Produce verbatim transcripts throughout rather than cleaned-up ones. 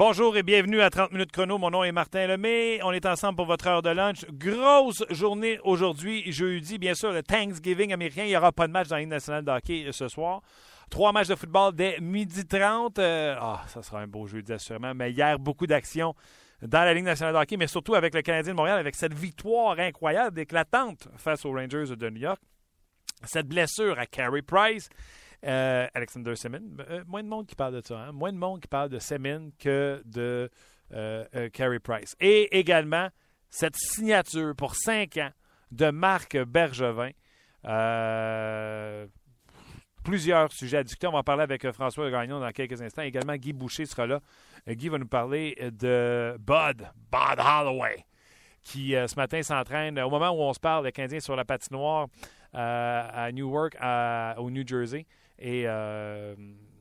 Bonjour et bienvenue à trente minutes chrono. Mon nom est Martin Lemay. On est ensemble pour votre heure de lunch. Grosse journée aujourd'hui, jeudi. Bien sûr, le Thanksgiving américain. Il n'y aura pas de match dans la Ligue nationale de hockey ce soir. Trois matchs de football dès midi trente. Euh, ah, ça sera un beau jeudi assurément. Mais hier, beaucoup d'actions dans la Ligue nationale de hockey, mais surtout avec le Canadien de Montréal, avec cette victoire incroyable, éclatante face aux Rangers de New York. Cette blessure à Carey Price. Euh, Alexander Semin, euh, moins de monde qui parle de ça, hein? Moins de monde qui parle de Semin que de euh, euh, Carey Price. Et également, cette signature pour cinq ans de Marc Bergevin. Euh, plusieurs sujets à discuter. On va en parler avec François Gagnon dans quelques instants. Également, Guy Boucher sera là. Euh, Guy va nous parler de Bud, Bud Holloway, qui euh, ce matin s'entraîne. Au moment où on se parle, le Canadien est sur la patinoire euh, à Newark, à, au New Jersey. Et euh,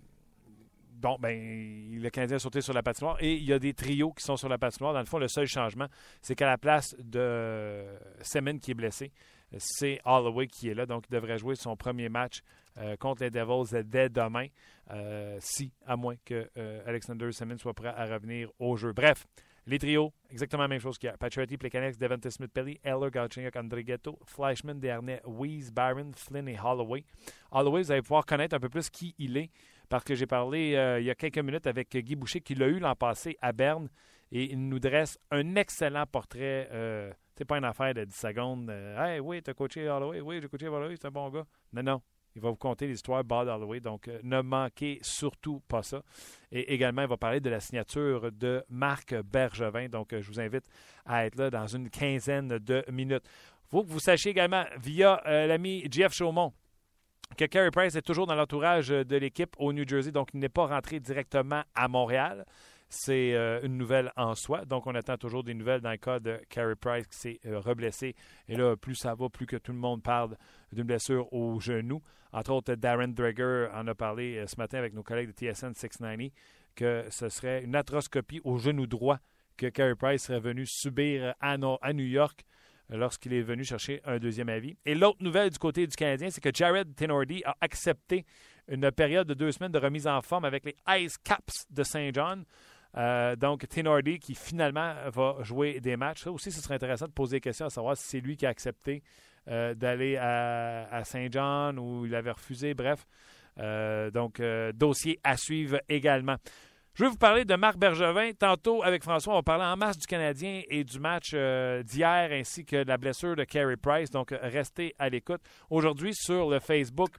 bon, ben, le Canadien a sauté sur la patinoire et il y a des trios qui sont sur la patinoire. Dans le fond, le seul changement, c'est qu'à la place de Semin qui est blessé, c'est Holloway qui est là. Donc, il devrait jouer son premier match euh, contre les Devils dès demain, euh, si, à moins que euh, Alexander Semin soit prêt à revenir au jeu. Bref, les trios, exactement la même chose qu'hier. Pacioretty, Plekanec, Devante Smith-Pelly, Eller, Galchenyuk, Andrighetto, Fleischmann, Desharnais, Weiss, Barron, Flynn et Holloway. Holloway, vous allez pouvoir connaître un peu plus qui il est parce que j'ai parlé euh, il y a quelques minutes avec Guy Boucher qui l'a eu l'an passé à Berne et il nous dresse un excellent portrait. Euh, c'est pas une affaire de dix secondes. Euh, hey, oui, t'as coaché Holloway. Oui, j'ai coaché Holloway, c'est un bon gars. Non, non. Il va vous conter l'histoire Bud Holloway, donc euh, ne manquez surtout pas ça. Et également, il va parler de la signature de Marc Bergevin. Donc, euh, je vous invite à être là dans une quinzaine de minutes. Il faut que vous sachiez également, via euh, l'ami Jeff Chaumont, que Carey Price est toujours dans l'entourage de l'équipe au New Jersey, donc il n'est pas rentré directement à Montréal. C'est euh, une nouvelle en soi. Donc, on attend toujours des nouvelles dans le cas de Carey Price qui s'est euh, reblessé. Et là, plus ça va, plus que tout le monde parle d'une blessure au genou. Entre autres, Darren Dreger en a parlé euh, ce matin avec nos collègues de T S N six cent quatre-vingt-dix que ce serait une arthroscopie au genou droit que Carey Price serait venu subir à, no- à New York lorsqu'il est venu chercher un deuxième avis. Et l'autre nouvelle du côté du Canadien, c'est que Jared Tenordi a accepté une période de deux semaines de remise en forme avec les Ice Caps de Saint John. Euh, donc, Tenordi qui finalement va jouer des matchs. Ça aussi, ce serait intéressant de poser des questions à savoir si c'est lui qui a accepté euh, d'aller à, à Saint-John ou il avait refusé. Bref, euh, donc, euh, dossier à suivre également. Je vais vous parler de Marc Bergevin. Tantôt, avec François, on va parler en masse du Canadien et du match euh, d'hier ainsi que de la blessure de Carey Price. Donc, restez à l'écoute. Aujourd'hui, sur le Facebook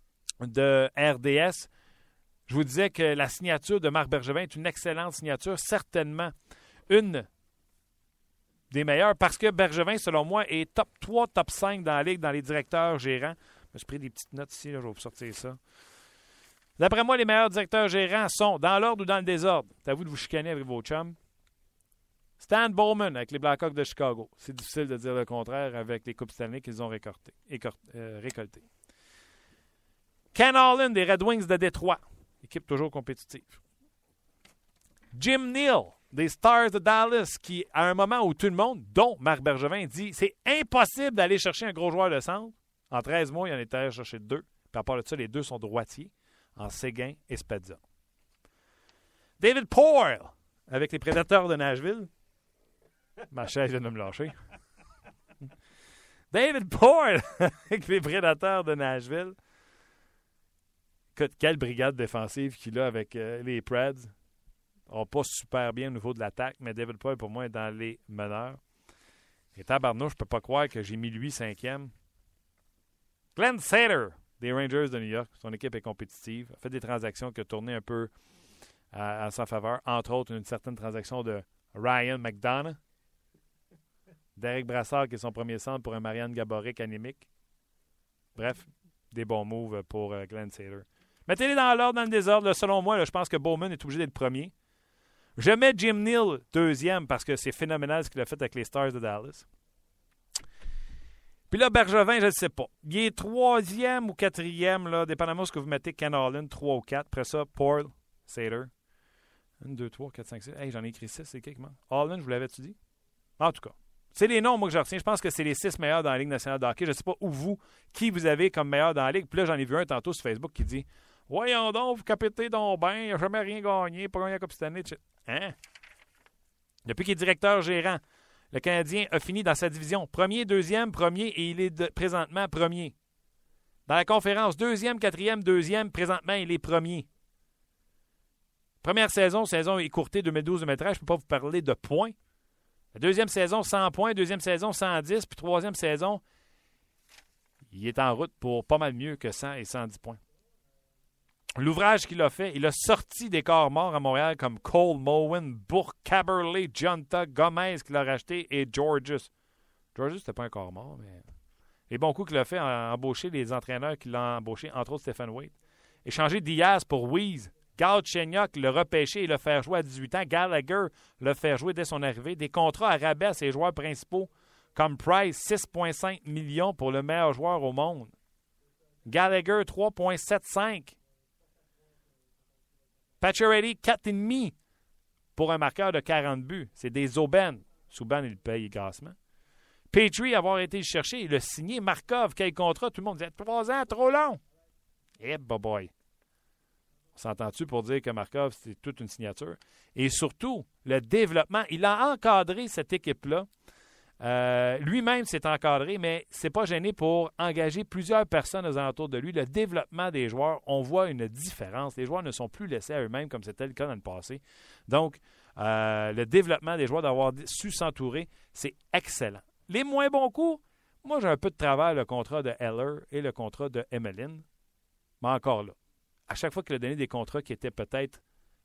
de R D S, je vous disais que la signature de Marc Bergevin est une excellente signature, certainement une des meilleures, parce que Bergevin, selon moi, est top trois, top cinq dans la Ligue, dans les directeurs gérants. J'ai pris des petites notes ici, là, je vais vous sortir ça. D'après moi, les meilleurs directeurs gérants sont, dans l'ordre ou dans le désordre, c'est à vous de vous chicaner avec vos chums, Stan Bowman avec les Blackhawks de Chicago. C'est difficile de dire le contraire avec les Coupes Stanley qu'ils ont récoltées. Euh, récolté. Ken Holland des Red Wings de Détroit. Équipe toujours compétitive. Jim Neal, des Stars de Dallas, qui, à un moment où tout le monde, dont Marc Bergevin, dit c'est impossible d'aller chercher un gros joueur de centre. En treize mois, il en est allé chercher deux. Puis à part de ça, les deux sont droitiers, en Séguin et Spezza. David Poile, avec les Prédateurs de Nashville. Ma chaise vient de me lâcher. David Poile, avec les Prédateurs de Nashville. Quelle brigade défensive qu'il a avec euh, les Preds. On pas super bien au niveau de l'attaque, mais David Poile, pour moi, est dans les meneurs. Et tabarnouche, je ne peux pas croire que j'ai mis lui cinquième. Glenn Sater, des Rangers de New York. Son équipe est compétitive. A fait des transactions qui ont tourné un peu à, à sa faveur. Entre autres, une certaine transaction de Ryan McDonough. Derek Brassard, qui est son premier centre pour un Marianne Gaborik anémique. Bref, des bons moves pour euh, Glenn Sater. Mettez-les dans l'ordre, dans le désordre. Là, selon moi, là, je pense que Bowman est obligé d'être premier. Je mets Jim Neal deuxième parce que c'est phénoménal ce qu'il a fait avec les Stars de Dallas. Puis là, Bergevin, je ne sais pas. Il est troisième ou quatrième, là, dépendamment de ce que vous mettez, Ken Holland, trois ou quatre. Après ça, Poile, Sater. un, deux, trois, quatre, cinq, six. Hey, j'en ai écrit six, c'est qui qui manque? Holland, je vous l'avais-tu dit? En tout cas. C'est les noms, moi, que je retiens. Je pense que c'est les six meilleurs dans la Ligue nationale de hockey. Je ne sais pas où vous, qui vous avez comme meilleur dans la Ligue. Puis là, j'en ai vu un tantôt sur Facebook qui dit « Voyons donc, vous capitez donc bien, il n'a jamais rien gagné, pas gagné la Coupe Stanley. » Hein? Depuis qu'il est directeur gérant, le Canadien a fini dans sa division. Premier, deuxième, premier, et il est de, présentement premier. Dans la conférence, deuxième, quatrième, deuxième, présentement, il est premier. Première saison, saison écourtée deux mille douze deux mille treize, je ne peux pas vous parler de points. La deuxième saison, cent points. Deuxième saison, cent dix. Puis troisième saison, il est en route pour pas mal mieux que cent et cent dix points. L'ouvrage qu'il a fait, il a sorti des corps morts à Montréal comme Cole Mowen, Bourque, Caberlet, Jonta, Gomez qu'il a racheté et Georges. Georges, c'était pas un corps mort, mais les bons coups qu'il a fait a embauché les entraîneurs qu'il a embauchés, entre autres Stephen Waite. Échangé Diaz pour Weeze. Galchenyuk le repêcher et le faire jouer à dix-huit ans. Gallagher le faire jouer dès son arrivée. Des contrats à rabais à ses joueurs principaux comme Price, six virgule cinq millions pour le meilleur joueur au monde. Gallagher, trois virgule soixante-cinq. Pacioretty, quatre virgule cinq pour un marqueur de quarante buts. C'est des aubaines. Souban, il le paye grassement. Petrie, avoir été le chercher, il l'a signé. Markov, quel contrat? Tout le monde disait trois ans, trop long. Eh, boy, boy. On s'entend-tu pour dire que Markov, c'est toute une signature? Et surtout, le développement. Il a encadré cette équipe-là. Euh, lui-même s'est encadré, mais c'est pas gêné pour engager plusieurs personnes aux alentours de lui. Le développement des joueurs, on voit une différence. Les joueurs ne sont plus laissés à eux-mêmes comme c'était le cas dans le passé. Donc, euh, le développement des joueurs, d'avoir su s'entourer, c'est excellent. Les moins bons coups, moi j'ai un peu de travers le contrat de Heller et le contrat de Emeline. Mais encore là, à chaque fois qu'il a donné des contrats qui étaient peut-être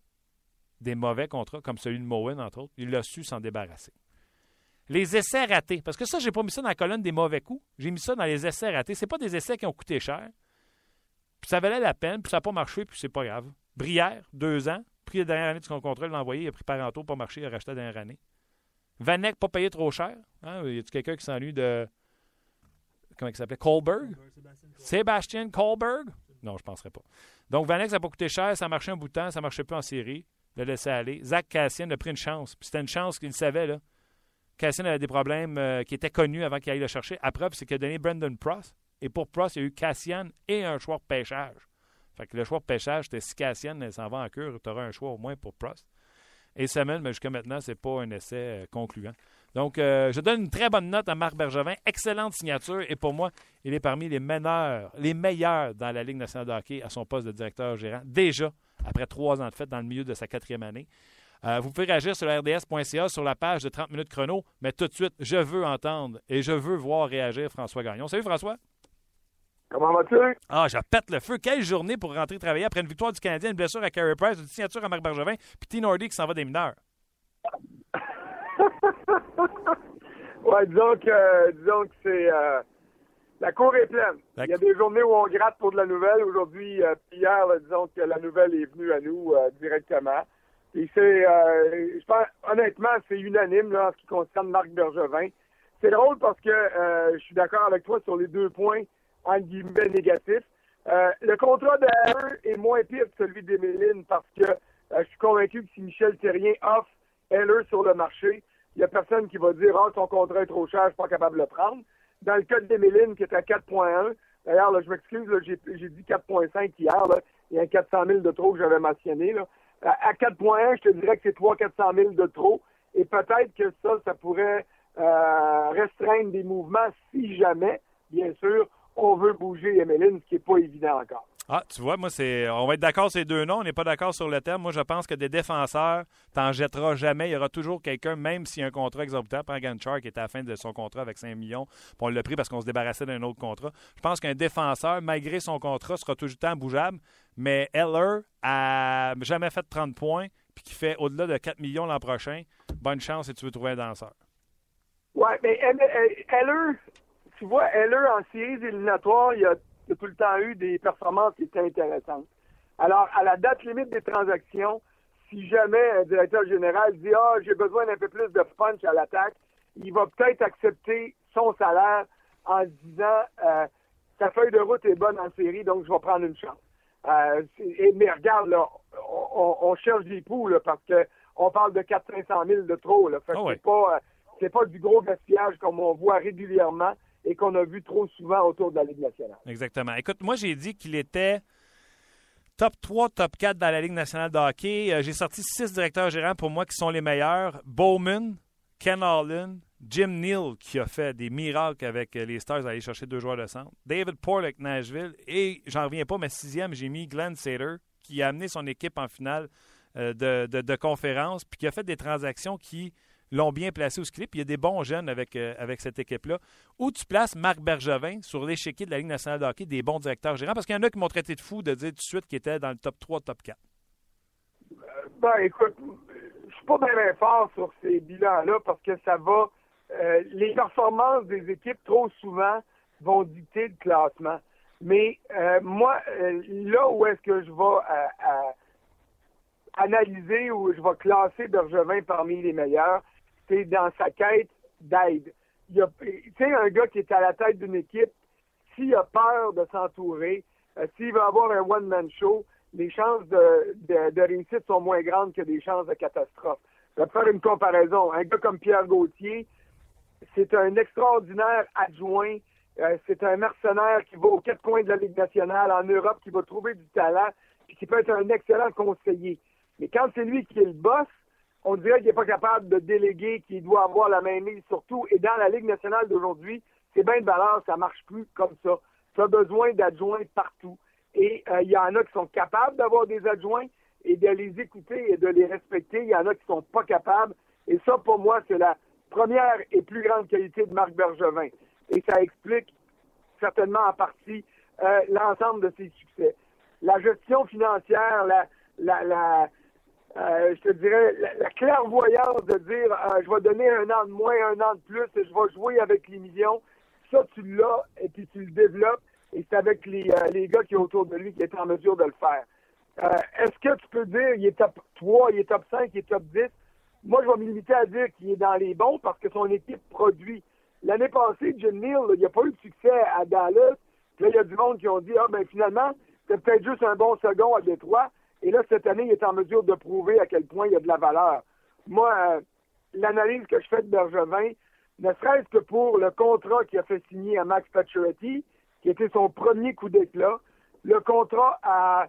des mauvais contrats, comme celui de Mowen, entre autres, il a su s'en débarrasser. Les essais ratés, parce que ça, j'ai pas mis ça dans la colonne des mauvais coups. J'ai mis ça dans les essais ratés. C'est pas des essais qui ont coûté cher. Puis ça valait la peine, puis ça n'a pas marché, puis c'est pas grave. Brière, deux ans, pris la dernière année de son contrat, il l'a envoyé, il a pris Parenteau, pas marché, il a racheté la dernière année. Vanek, pas payé trop cher. Hein? Y a-t-il quelqu'un qui s'ennuie de... Comment il s'appelait? Kohlberg? Sébastien Kohlberg? Non, je ne penserais pas. Donc, Vanek, ça n'a pas coûté cher, ça marchait un bout de temps, ça ne marchait plus en série. Il l'a laissé aller. Zach Kassian a pris une chance. Puis c'était une chance qu'il savait, là. Kassian avait des problèmes euh, qui étaient connus avant qu'il aille le chercher. À preuve, c'est qu'il a donné Brandon Prost. Et pour Prost, il y a eu Kassian et un choix de pêchage. Fait que le choix de pêchage, c'était si Kassian s'en va en cure, tu auras un choix au moins pour Prost. Et Samuel, mais jusqu'à maintenant, ce n'est pas un essai euh, concluant. Donc, euh, je donne une très bonne note à Marc Bergevin. Excellente signature. Et pour moi, il est parmi les meilleurs, les meilleurs dans la Ligue nationale de hockey à son poste de directeur gérant. Déjà, après trois ans de fête, dans le milieu de sa quatrième année. Euh, vous pouvez réagir sur le R D S point C A sur la page de trente minutes chrono. Mais tout de suite, je veux entendre et je veux voir réagir François Gagnon. Salut François. Comment vas-tu? Ah, je pète le feu. Quelle journée pour rentrer travailler après une victoire du Canadien, une blessure à Carey Price, une signature à Marc Bergevin, puis T. Nordy qui s'en va des mineurs. ouais, disons que, euh, disons que c'est... Euh, la cour est pleine. Il y a des journées où on gratte pour de la nouvelle. Aujourd'hui, euh, hier, là, disons que la nouvelle est venue à nous euh, directement. Et c'est, euh, je pense, honnêtement, c'est unanime là, en ce qui concerne Marc Bergevin. C'est drôle parce que euh, je suis d'accord avec toi sur les deux points entre guillemets négatifs. Euh, le contrat de Heller est moins pire que celui d'Emeline parce que euh, je suis convaincu que si Michel Therrien offre Heller sur le marché, il n'y a personne qui va dire « Ah, son contrat est trop cher, je ne suis pas capable de le prendre ». Dans le cas d'Emeline, qui est à quatre virgule un, d'ailleurs, là, je m'excuse, là, j'ai, j'ai dit quatre virgule cinq hier, là, il y a un quatre cent mille de trop que j'avais mentionné. Là. À quatre virgule un, je te dirais que c'est trois cents à quatre cent mille de trop, et peut-être que ça, ça pourrait euh, restreindre des mouvements si jamais, bien sûr, on veut bouger Emeline, ce qui n'est pas évident encore. Ah, tu vois, moi, c'est. On va être d'accord sur les deux noms. On n'est pas d'accord sur le terme. Moi, je pense que des défenseurs, t'en jetteras jamais. Il y aura toujours quelqu'un, même s'il y a un contrat exorbitant. Prends Ganchar qui était à la fin de son contrat avec cinq millions. Puis on l'a pris parce qu'on se débarrassait d'un autre contrat. Je pense qu'un défenseur, malgré son contrat, sera toujours temps bougeable. Mais Heller a jamais fait trente points puis qui fait au-delà de quatre millions l'an prochain. Bonne chance si tu veux trouver un danseur. Oui, mais Heller, tu vois, Heller en séries éliminatoires, il y a Il y a tout le temps eu des performances qui étaient intéressantes. Alors, à la date limite des transactions, si jamais un directeur général dit « Ah, j'ai besoin d'un peu plus de punch à l'attaque », il va peut-être accepter son salaire en se disant euh, « Sa feuille de route est bonne en série, donc je vais prendre une chance. Euh, » Mais regarde, là, on, on cherche des poux, là, parce qu'on parle de quatre cents à cinq cent mille de trop. Là. Fait que oh oui. c'est pas, euh, c'est pas du gros gaspillage comme on voit régulièrement et qu'on a vu trop souvent autour de la Ligue nationale. Exactement. Écoute, moi, j'ai dit qu'il était top trois, top quatre dans la Ligue nationale de hockey. Euh, j'ai sorti six directeurs gérants pour moi qui sont les meilleurs. Bowman, Ken Holland, Jim Neal qui a fait des miracles avec les Stars à aller chercher deux joueurs de centre. David Porlick, Nashville. Et j'en reviens pas, mais sixième, j'ai mis Glenn Sater qui a amené son équipe en finale euh, de, de, de conférence puis qui a fait des transactions qui l'ont bien placé au clip. Il y a des bons jeunes avec, euh, avec cette équipe-là. Où tu places Marc Bergevin sur l'échiquier de la Ligue nationale de hockey, des bons directeurs gérants? Parce qu'il y en a qui m'ont traité de fou de dire tout de suite qu'ils étaient dans le top trois, top quatre. Euh, ben, écoute, je suis pas bien, bien fort sur ces bilans-là parce que ça va... Euh, les performances des équipes, trop souvent, vont dicter le classement. Mais euh, moi, euh, là où est-ce que je vais euh, euh, analyser ou je vais classer Bergevin parmi les meilleurs, c'est dans sa quête d'aide. Tu sais, un gars qui est à la tête d'une équipe, s'il a peur de s'entourer, euh, s'il va avoir un one-man show, les chances de, de, de réussite sont moins grandes que des chances de catastrophe. Je vais te faire une comparaison. Un gars comme Pierre Gauthier, c'est un extraordinaire adjoint. Euh, c'est un mercenaire qui va aux quatre coins de la Ligue nationale en Europe, qui va trouver du talent, puis qui peut être un excellent conseiller. Mais quand c'est lui qui est le boss, on dirait qu'il n'est pas capable de déléguer, qu'il doit avoir la main mise sur tout. Et dans la Ligue nationale d'aujourd'hui, c'est bien de valeur, ça marche plus comme ça. Tu as besoin d'adjoints partout. Et il euh, y en a qui sont capables d'avoir des adjoints et de les écouter et de les respecter. Il y en a qui sont pas capables. Et ça, pour moi, c'est la première et plus grande qualité de Marc Bergevin. Et ça explique certainement en partie euh, l'ensemble de ses succès. La gestion financière, la... la, la Euh, je te dirais, la, la clairvoyance de dire euh, je vais donner un an de moins, un an de plus, et je vais jouer avec les millions, ça tu l'as, et puis tu le développes, et c'est avec les, euh, les gars qui sont autour de lui qui est en mesure de le faire. Euh, est-ce que tu peux dire il est top trois, il est top cinq, il est top dix? Moi, je vais me limiter à dire qu'il est dans les bons parce que son équipe produit. L'année passée, Jim Neal, il n'y a pas eu de succès à Dallas. Puis là, il y a du monde qui ont dit ah ben finalement, c'est peut-être juste un bon second à Détroit. Et là, cette année, il est en mesure de prouver à quel point il y a de la valeur. Moi, euh, l'analyse que je fais de Bergevin, ne serait-ce que pour le contrat qu'il a fait signer à Max Pacioretty, qui était son premier coup d'éclat, le contrat à,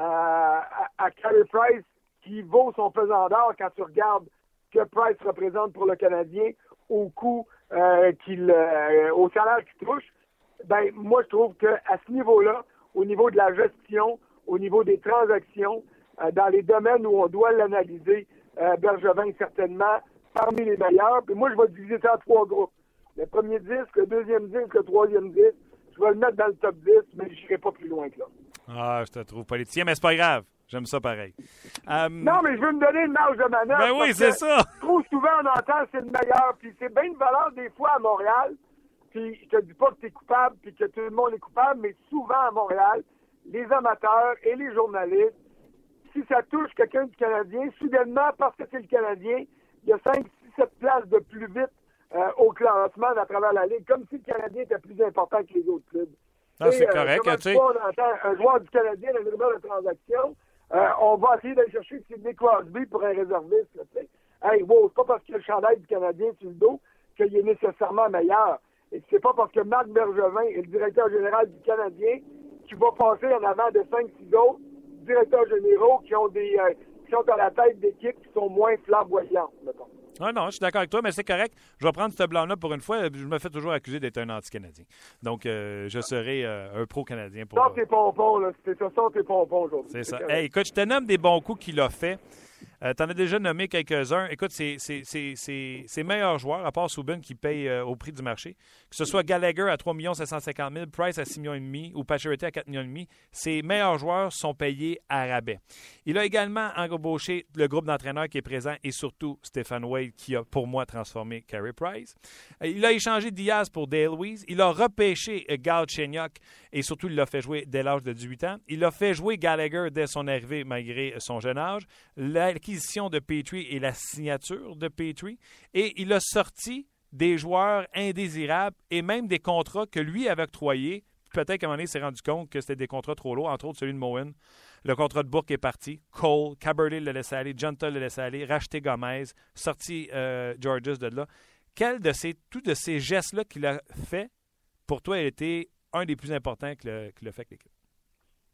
à, à Carey Price, qui vaut son pesant d'or quand tu regardes ce que Price représente pour le Canadien au coût euh, qu'il, euh, au salaire qu'il touche, ben moi, je trouve qu'à ce niveau-là, au niveau de la gestion, au niveau des transactions, euh, dans les domaines où on doit l'analyser, euh, Bergevin est certainement parmi les meilleurs. Puis moi, je vais diviser ça en trois groupes. Le premier disque, le deuxième disque, le troisième disque. Je vais le mettre dans le top dix, mais je n'irai pas plus loin que là. Ah, je te trouve politicien, mais c'est pas grave. J'aime ça pareil. Um... Non, mais je veux me donner une marge de manœuvre. Ben oui, c'est ça. Trop souvent, on entend c'est le meilleur. Puis c'est bien une valeur des fois à Montréal. Puis je te dis pas que tu es coupable puis que tout le monde est coupable, mais souvent à Montréal, les amateurs et les journalistes, si ça touche quelqu'un du Canadien, soudainement, parce que c'est le Canadien, il y a cinq, six, sept places de plus vite euh, au classement à travers la Ligue, comme si le Canadien était plus important que les autres clubs. Ah, c'est et, correct. Euh, tu sais. on entend un joueur du Canadien, le numéro de transaction, euh, on va essayer d'aller chercher Sidney Crosby pour un réserviste. Là, hey, wow, c'est pas parce qu'il y a le chandail du Canadien sur le dos qu'il est nécessairement meilleur. Et c'est pas parce que Marc Bergevin est le directeur général du Canadien qui va passer en avant de cinq six autres directeurs généraux qui ont des euh, qui sont à la tête d'équipes qui sont moins flamboyantes, mettons. Ah non, je suis d'accord avec toi, mais c'est correct. Je vais prendre ce blanc-là pour une fois. Je me fais toujours accuser d'être un anti-Canadien. Donc, euh, je serai euh, un pro-Canadien. Pour Ça, tes pompons, là. C'est ça, ça, tes pompons aujourd'hui. C'est, c'est ça. Hey, écoute, je te nomme des bons coups qu'il a fait. Euh, tu en as déjà nommé quelques-uns. Écoute, c'est, c'est, c'est, c'est, ses meilleurs joueurs, à part Subban qui paye euh, au prix du marché, que ce soit Gallagher à trois millions sept cent cinquante mille, Price à six millions et demi ou Pacioretty à quatre millions et demi, ses meilleurs joueurs sont payés à rabais. Il a également embauché le groupe d'entraîneurs qui est présent et surtout Stephen Wade qui a, pour moi, transformé Carey Price. Euh, il a échangé Diaz pour Dale Weiss. Il a repêché euh, Galchenyuk et surtout, il l'a fait jouer dès l'âge de dix-huit ans. Il a fait jouer Gallagher dès son arrivée malgré son jeune âge. L'acquisition de Petrie et la signature de Petrie. Et il a sorti des joueurs indésirables et même des contrats que lui avait octroyés. Peut-être qu'à un moment donné, il s'est rendu compte que c'était des contrats trop lourds, entre autres celui de Moen. Le contrat de Bourque est parti. Cole, Cabernet le laissé aller, Junta le laissé aller, racheté Gomez, sorti euh, Georges de là. Quel de ces, tous de ces gestes-là qu'il a fait, pour toi, a été un des plus importants qu'il a, qu'il a fait avec l'équipe?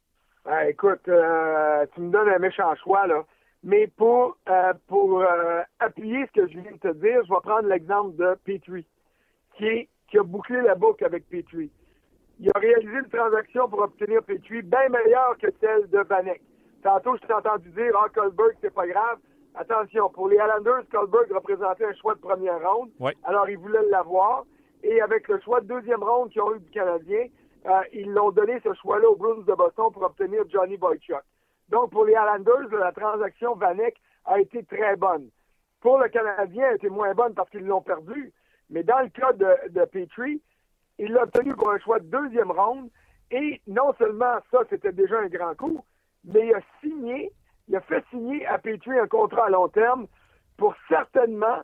Ah, écoute, euh, tu me donnes un méchant choix, là. Mais pour, euh, pour euh, appuyer ce que je viens de te dire, je vais prendre l'exemple de Petrie, qui, est, qui a bouclé la boucle avec Petrie. Il a réalisé une transaction pour obtenir Petrie bien meilleure que celle de Vanek. Tantôt, je t'ai entendu dire, ah, Kohlberg, c'est pas grave. Attention, pour les Islanders, Kohlberg représentait un choix de première ronde. Oui. Alors, ils voulaient l'avoir. Et avec le choix de deuxième ronde qu'ils ont eu du Canadien, euh, ils l'ont donné ce choix-là aux Bruins de Boston pour obtenir Johnny Boychuk. Donc, pour les Islanders, la transaction Vanek a été très bonne. Pour le Canadien, elle a été moins bonne parce qu'ils l'ont perdu. Mais dans le cas de, de Petrie, il l'a obtenu pour un choix de deuxième ronde. Et non seulement ça, c'était déjà un grand coup, mais il a signé, il a fait signer à Petrie un contrat à long terme pour certainement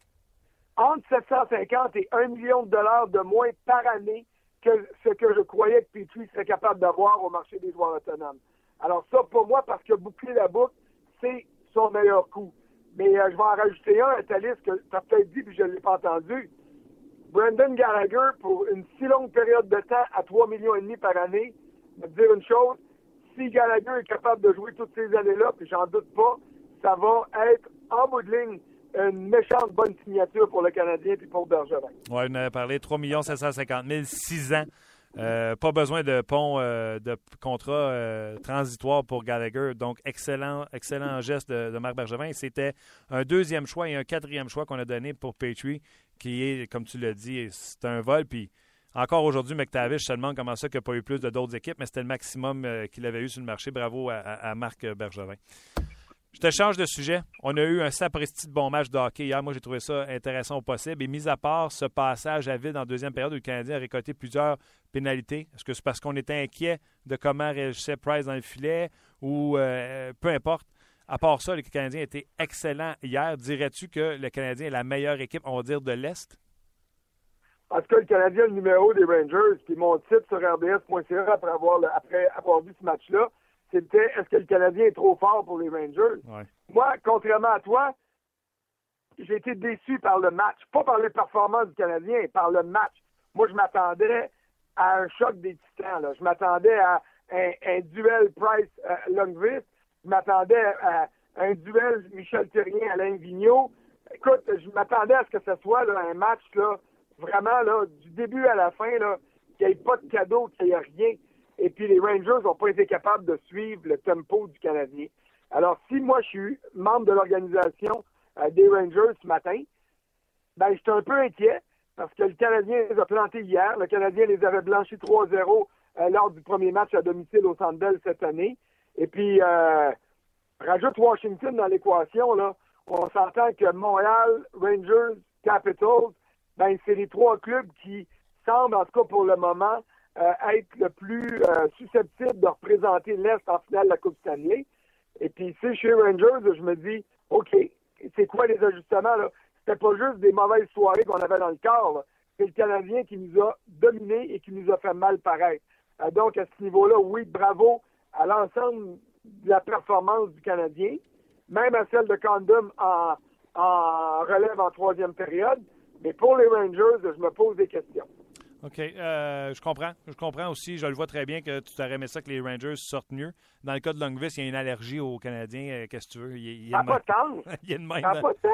entre sept cent cinquante et un million de dollars de moins par année que ce que je croyais que Petrie serait capable d'avoir au marché des joueurs autonomes. Alors ça, pour moi, parce que boucler la boucle, c'est son meilleur coup. Mais euh, je vais en rajouter un à ta liste que tu as peut-être dit puis je ne l'ai pas entendu. Brendan Gallagher, pour une si longue période de temps, à trois millions et demi par année, je vais te dire une chose, si Gallagher est capable de jouer toutes ces années-là, puis j'en doute pas, ça va être en bout de ligne une méchante bonne signature pour le Canadien puis pour Bergevin. Oui, on a parlé trois millions sept cent cinquante mille, six ans. Euh, pas besoin de pont euh, de contrat euh, transitoire pour Gallagher. Donc, excellent, excellent geste de, de Marc Bergevin. C'était un deuxième choix et un quatrième choix qu'on a donné pour Petrie, qui est, comme tu l'as dit, c'est un vol. Puis, encore aujourd'hui, McTavish, je te demande comment ça qu'il n'y a pas eu plus de d'autres équipes, mais c'était le maximum euh, qu'il avait eu sur le marché. Bravo à, à, à Marc Bergevin. Je te change de sujet. On a eu un sapristi de bon match de hockey hier. Moi, j'ai trouvé ça intéressant au possible. Et mis à part ce passage à vide en deuxième période où le Canadien a récolté plusieurs pénalités, est-ce que c'est parce qu'on était inquiet de comment réagissait Price dans le filet ou euh, peu importe? À part ça, le Canadien était excellent hier. Dirais-tu que le Canadien est la meilleure équipe, on va dire, de l'Est? Parce que le Canadien est le numéro des Rangers, puis mon titre sur R D S point C A après avoir, le, après avoir vu ce match-là, c'était est-ce que le Canadien est trop fort pour les Rangers? Ouais. Moi, contrairement à toi, j'ai été déçu par le match. Pas par les performances du Canadien, par le match. Moi, je m'attendais à un choc des Titans. Là. Je m'attendais à un, un duel Price-Lundqvist. Je m'attendais à un duel Michel Therrien-Alain Vigneault. Écoute, je m'attendais à ce que ce soit là, un match là, vraiment là, du début à la fin, là, qu'il n'y ait pas de cadeau, qu'il n'y ait rien. Et puis les Rangers n'ont pas été capables de suivre le tempo du Canadien. Alors, si moi, je suis membre de l'organisation euh, des Rangers ce matin, ben, j'étais un peu inquiet parce que le Canadien les a plantés hier. Le Canadien les avait blanchis trois zéro euh, lors du premier match à domicile au Centre Bell cette année. Et puis, euh, rajoute Washington dans l'équation, là. On s'entend que Montréal, Rangers, Capitals, ben, c'est les trois clubs qui semblent, en tout cas pour le moment, euh, être le plus euh, susceptible de représenter l'Est en finale de la Coupe Stanley. Et puis, ici, chez Rangers, je me dis, OK, c'est quoi les ajustements, là? C'était pas juste des mauvaises soirées qu'on avait dans le corps, là. C'est le Canadien qui nous a dominés et qui nous a fait mal paraître. Euh, donc, à ce niveau-là, oui, bravo à l'ensemble de la performance du Canadien, même à celle de Condom en, en relève en troisième période. Mais pour les Rangers, je me pose des questions. OK. Euh, je comprends. Je comprends aussi. Je le vois très bien que tu t'aurais aimé ça que les Rangers sortent mieux. Dans le cas de Lundqvist, il y a une allergie aux Canadiens. Euh, qu'est-ce que tu veux? Il, il, il ça n'a pas de sens. Il y a une même. Ça n'a pas de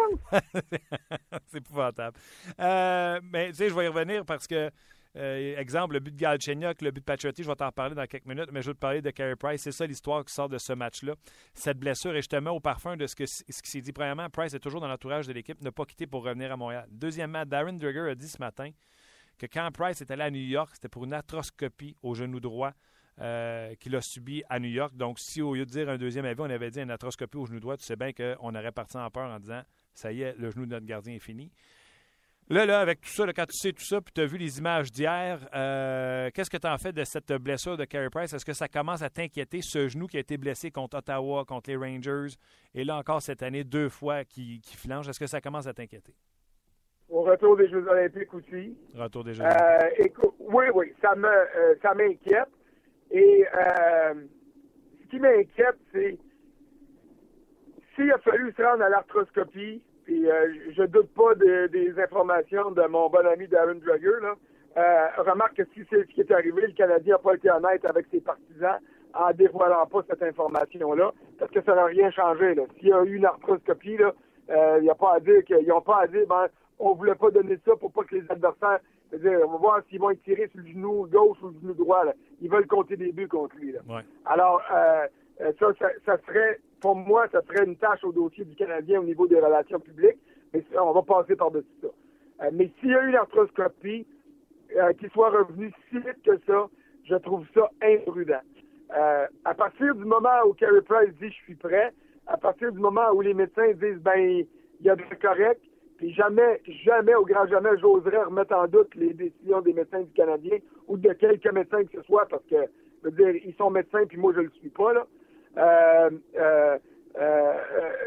sens. C'est épouvantable. Euh, mais tu sais, je vais y revenir parce que, euh, exemple, le but de Galchenyuk, le but de Pacioretty, je vais t'en reparler dans quelques minutes, mais je veux te parler de Carey Price. C'est ça l'histoire qui sort de ce match-là. Cette blessure est justement au parfum de ce, que, ce qui s'est dit. Premièrement, Price est toujours dans l'entourage de l'équipe, ne pas quitter pour revenir à Montréal. Deuxièmement, Darren Dreger a dit ce matin que quand Price est allé à New York, c'était pour une arthroscopie au genou droit euh, qu'il a subi à New York. Donc, si au lieu de dire un deuxième avis, on avait dit une arthroscopie au genou droit, tu sais bien qu'on aurait parti en peur en disant « ça y est, le genou de notre gardien est fini ». Là, là, avec tout ça, là, quand tu sais tout ça, puis tu as vu les images d'hier, euh, qu'est-ce que tu en fais de cette blessure de Carey Price? Est-ce que ça commence à t'inquiéter, ce genou qui a été blessé contre Ottawa, contre les Rangers, et là encore cette année, deux fois qui, qui flanche, est-ce que ça commence à t'inquiéter? Au retour des Jeux olympiques aussi. Retour des Jeux euh, olympiques. Écoute, oui, oui, ça me, euh, ça m'inquiète. Et euh, ce qui m'inquiète, c'est s'il a fallu se rendre à l'arthroscopie, puis euh, je doute pas de, des informations de mon bon ami Darren Dreger, là. Euh, remarque que si c'est ce qui est arrivé, le Canadien n'a pas été honnête avec ses partisans en dévoilant pas cette information-là, parce que ça n'a rien changé. Là. S'il y a eu une arthroscopie, là, euh, il n'y a pas à dire qu'ils n'ont pas à dire ben, on voulait pas donner ça pour pas que les adversaires. C'est-à-dire, on va voir s'ils vont être tirés sur le genou gauche ou le genou droit. Là. Ils veulent compter des buts contre lui. Là. Ouais. Alors, euh, ça, ça, ça serait, pour moi, ça serait une tâche au dossier du Canadien au niveau des relations publiques, mais on va passer par-dessus ça. Euh, mais s'il y a eu une arthroscopie, euh, qu'il soit revenu si vite que ça, je trouve ça imprudent. Euh, à partir du moment où Carey Price dit « je suis prêt », à partir du moment où les médecins disent « ben, il y a de correct », puis jamais, jamais, au grand jamais, j'oserais remettre en doute les décisions des médecins du Canadien ou de quelques médecins que ce soit, parce que, je veux dire, ils sont médecins, puis moi, je le suis pas, là. Euh, euh, euh,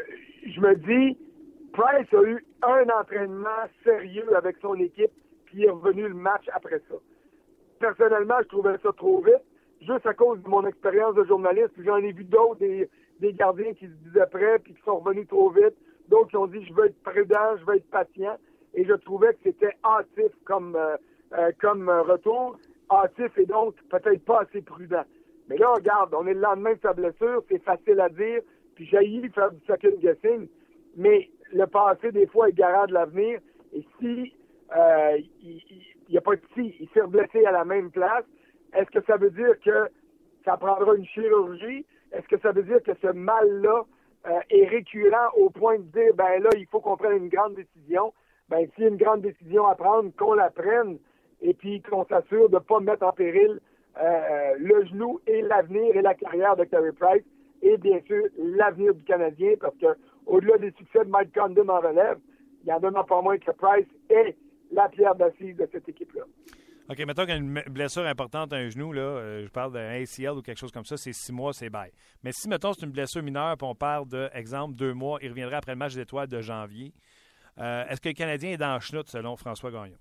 je me dis, Price a eu un entraînement sérieux avec son équipe, puis il est revenu le match après ça. Personnellement, je trouvais ça trop vite, juste à cause de mon expérience de journaliste, puis j'en ai vu d'autres, des, des gardiens qui se disaient prêts, puis qui sont revenus trop vite. D'autres qui ont dit, je veux être prudent, je veux être patient. Et je trouvais que c'était hâtif comme, euh, euh, comme retour. Hâtif et donc peut-être pas assez prudent. Mais là, regarde, on est le lendemain de sa blessure, c'est facile à dire, puis j'ai faire du second guessing. Mais le passé, des fois, est garant de l'avenir. Et si euh, il n'y a pas de si, il s'est blessé à la même place, est-ce que ça veut dire que ça prendra une chirurgie? Est-ce que ça veut dire que ce mal-là Euh, est récurrent au point de dire, ben là, il faut qu'on prenne une grande décision. Ben, s'il y a une grande décision à prendre, qu'on la prenne et puis qu'on s'assure de ne pas mettre en péril euh, le genou et l'avenir et la carrière de Carey Price et bien sûr l'avenir du Canadien parce que au-delà des succès de Mike Condon en relève, il y en a pas moins que Price est la pierre d'assise de cette équipe-là. OK, mettons qu'il y a une blessure importante à un genou, là, euh, je parle d'un A C L ou quelque chose comme ça, c'est six mois, c'est bail. Mais si, mettons, c'est une blessure mineure, puis on parle de, exemple, deux mois, il reviendrait après le match d'étoiles de janvier, euh, est-ce que le Canadien est dans le chenoute, selon François Gagnon?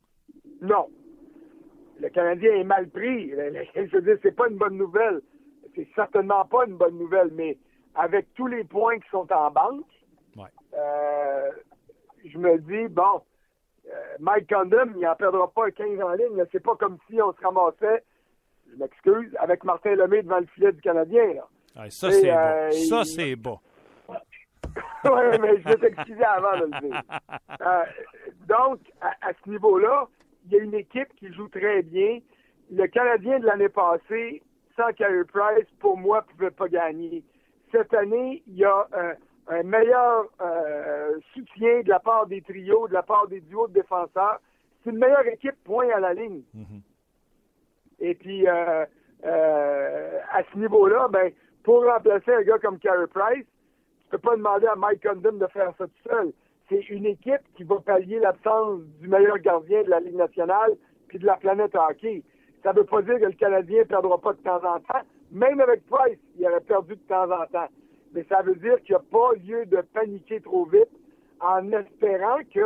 Non. Le Canadien est mal pris. Je veux dire, c'est pas une bonne nouvelle. C'est certainement pas une bonne nouvelle, mais avec tous les points qui sont en banque, ouais. euh, je me dis, bon, Euh, Mike Condon, il n'en perdra pas un quinze en ligne. C'est pas comme si on se ramassait, je m'excuse, avec Martin Lemay devant le filet du Canadien. Là. Ouais, ça, c'est euh, beau. Ça, il... c'est beau. oui, mais je vais t'excuser avant de le dire. Euh, donc, à, à ce niveau-là, il y a une équipe qui joue très bien. Le Canadien de l'année passée, sans Carey Price, pour moi, ne pouvait pas gagner. Cette année, il y a euh, un meilleur euh, soutien de la part des trios, de la part des duos de défenseurs. C'est une meilleure équipe, point à la ligne. Mm-hmm. Et puis, euh, euh, à ce niveau-là, ben, pour remplacer un gars comme Carey Price, tu peux pas demander à Mike Condon de faire ça tout seul. C'est une équipe qui va pallier l'absence du meilleur gardien de la Ligue nationale puis de la planète hockey. Ça veut pas dire que le Canadien ne perdra pas de temps en temps. Même avec Price, il aurait perdu de temps en temps. Mais ça veut dire qu'il n'y a pas lieu de paniquer trop vite en espérant que,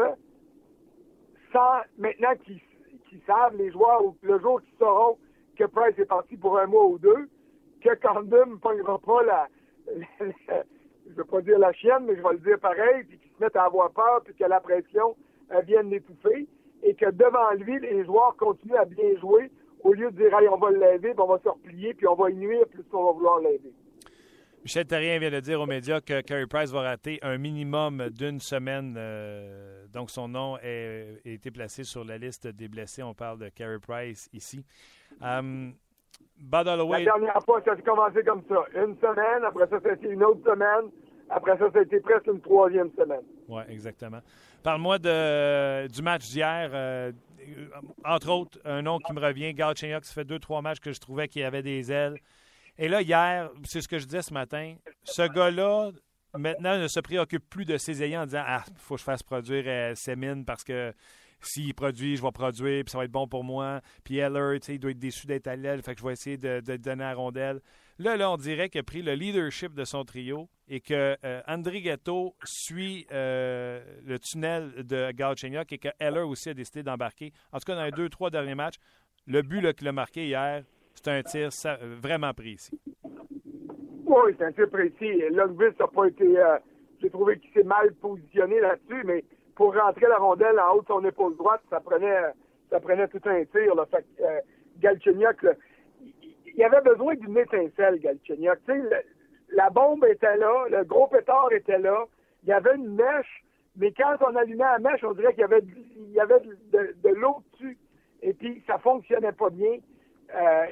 sans, maintenant qu'ils, qu'ils savent, les joueurs, ou le jour qu'ils sauront que Price est parti pour un mois ou deux, que Condon ne pognera pas la, la, la je ne veux pas dire la chienne, mais je vais le dire pareil, puis qu'ils se mettent à avoir peur, puis que la pression euh, vienne l'étouffer, et que devant lui, les joueurs continuent à bien jouer, au lieu de dire « Hey, on va l'aider, puis on va se replier, puis on va y nuire plus qu'on va vouloir l'aider ». Michel Therrien vient de dire aux médias que Carey Price va rater un minimum d'une semaine. Euh, donc, son nom a été placé sur la liste des blessés. On parle de Carey Price ici. Um, Bud Holloway... La dernière fois, ça a commencé comme ça. Une semaine, après ça, ça a été une autre semaine. Après ça, ça a été presque une troisième semaine. Oui, exactement. Parle-moi de, du match d'hier. Euh, entre autres, un nom qui me revient, Galchenyuk, ça fait deux, trois matchs que je trouvais qu'il avait des ailes. Et là, hier, c'est ce que je disais ce matin, ce gars-là, maintenant, ne se préoccupe plus de ses ayants en disant « Ah, il faut que je fasse produire euh, Semin parce que s'il produit, je vais produire, puis ça va être bon pour moi. Puis Heller, tu sais, il doit être déçu d'être à l'aile, fait que je vais essayer de, de donner la rondelle. » Là, là, on dirait qu'il a pris le leadership de son trio et que euh, André Ghetto suit euh, le tunnel de Galchenyuk et que Heller aussi a décidé d'embarquer. En tout cas, dans les deux, trois derniers matchs, le but là, qu'il a marqué hier, c'est un tir ça, vraiment précis. Oui, c'est un tir précis. Lundqvist n'a pas été... Euh, j'ai trouvé qu'il s'est mal positionné là-dessus, mais pour rentrer la rondelle en haut de son épaule droite, ça prenait ça prenait tout un tir. Là. Fait que, euh, Galchenyuk, là, il avait besoin d'une étincelle, Galchenyuk. Tu sais, la bombe était là, le gros pétard était là, il y avait une mèche, mais quand on allumait la mèche, on dirait qu'il y avait, il y avait de, de, de l'eau dessus, et puis ça fonctionnait pas bien. Euh,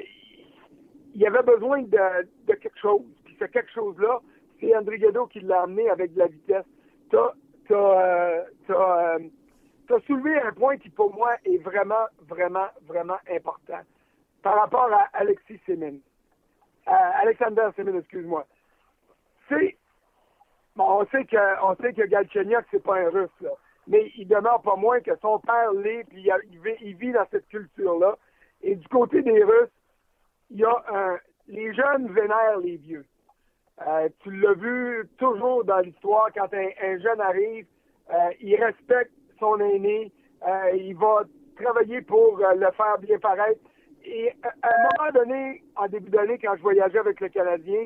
il y avait besoin de, de quelque chose, puis ce quelque chose-là, c'est André Guédot qui l'a amené avec de la vitesse. T'as, t'as, euh, t'as, euh, t'as soulevé un point qui, pour moi, est vraiment, vraiment, vraiment important par rapport à Alexis Semin. Euh, Alexander Semin, excuse-moi. C'est, bon, on sait que, on sait que Galchenyuk, c'est pas un Russe, là. Mais il demeure pas moins que son père l'est, puis il, il, vit, il vit dans cette culture-là. Et du côté des Russes, il y a un, les jeunes vénèrent les vieux. Euh, tu l'as vu toujours dans l'histoire, quand un, un jeune arrive, euh, il respecte son aîné, euh, il va travailler pour euh, le faire bien paraître. Et à, à un moment donné, en début d'année, quand je voyageais avec le Canadien,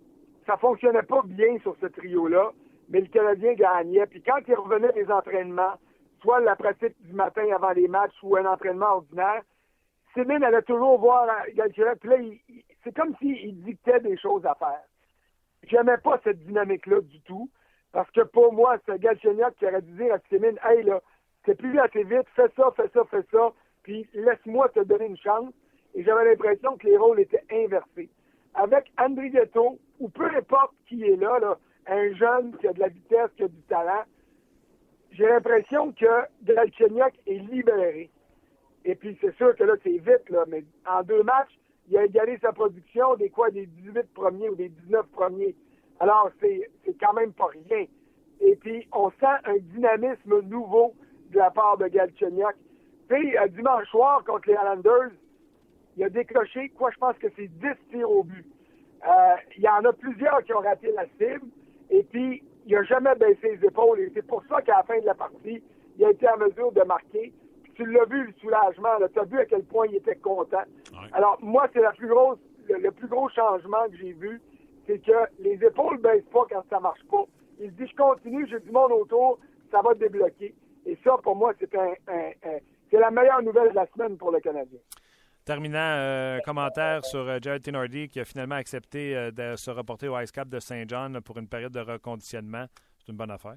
ça fonctionnait pas bien sur ce trio-là, mais le Canadien gagnait. Puis quand il revenait des entraînements, soit la pratique du matin avant les matchs ou un entraînement ordinaire, Semin allait toujours voir Galchenyuk, puis là, il, il, c'est comme s'il dictait des choses à faire. J'aimais pas cette dynamique-là du tout, parce que pour moi, c'est Galchenyuk qui aurait dû dire à Semin, « Hey, là, t'es plus assez vite, fais ça, fais ça, fais ça, puis laisse-moi te donner une chance. » Et j'avais l'impression que les rôles étaient inversés. Avec André Guédot, ou peu importe qui est là, là, un jeune qui a de la vitesse, qui a du talent, j'ai l'impression que Galchenyuk est libéré. Et puis, c'est sûr que là, c'est vite, là, mais en deux matchs, il a égalé sa production des quoi, des dix-huit premiers ou des dix-neuf premiers. Alors, c'est, c'est quand même pas rien. Et puis, on sent un dynamisme nouveau de la part de Galchenyuk. Puis, euh, dimanche soir, contre les Islanders, il a décroché, quoi, je pense que c'est dix tirs au but. Euh, il y en a plusieurs qui ont raté la cible, et puis, il n'a jamais baissé les épaules. Et c'est pour ça qu'à la fin de la partie, il a été en mesure de marquer. Tu l'as vu, le soulagement, tu as vu à quel point il était content. Ouais. Alors, moi, c'est la plus grosse, le, le plus gros changement que j'ai vu, c'est que les épaules ne baissent pas quand ça marche pas. Il se dit, je continue, j'ai du monde autour, ça va débloquer. Et ça, pour moi, c'est un, un, un c'est la meilleure nouvelle de la semaine pour le Canadien. Terminant, euh, commentaire sur euh, Jarred Tinordi qui a finalement accepté euh, de se reporter au Ice Cap de Saint-John pour une période de reconditionnement. C'est une bonne affaire?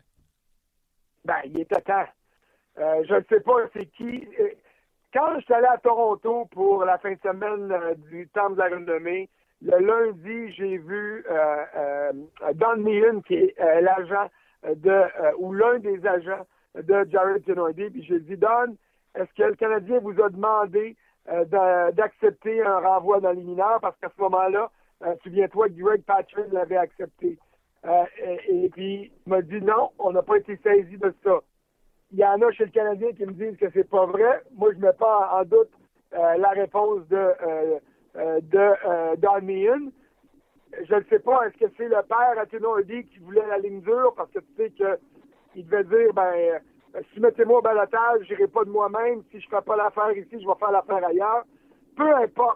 Ben, il était temps. Euh, je ne sais pas c'est qui. Quand je suis allé à Toronto pour la fin de semaine euh, du Temple de la Renommée, le lundi, j'ai vu euh, euh, Don Meehan, qui est euh, l'agent de, euh, ou l'un des agents de Jarred Tinordi, puis j'ai dit, Don, est-ce que le Canadien vous a demandé euh, de, d'accepter un renvoi dans les mineurs? Parce qu'à ce moment-là, euh, souviens-toi que Greg Patrick l'avait accepté. Euh, et, et puis, il m'a dit, non, on n'a pas été saisi de ça. Il y en a chez le Canadien qui me disent que c'est pas vrai. Moi, je ne mets pas en doute euh, la réponse de, euh, euh, de euh, Don Meehan. Je ne sais pas, est-ce que c'est le père à Tinordi qui voulait la ligne dure, parce que tu sais qu'il devait dire, ben, euh, si mettez-moi au balotage, je n'irai pas de moi-même. Si je ne fais pas l'affaire ici, je vais faire l'affaire ailleurs. Peu importe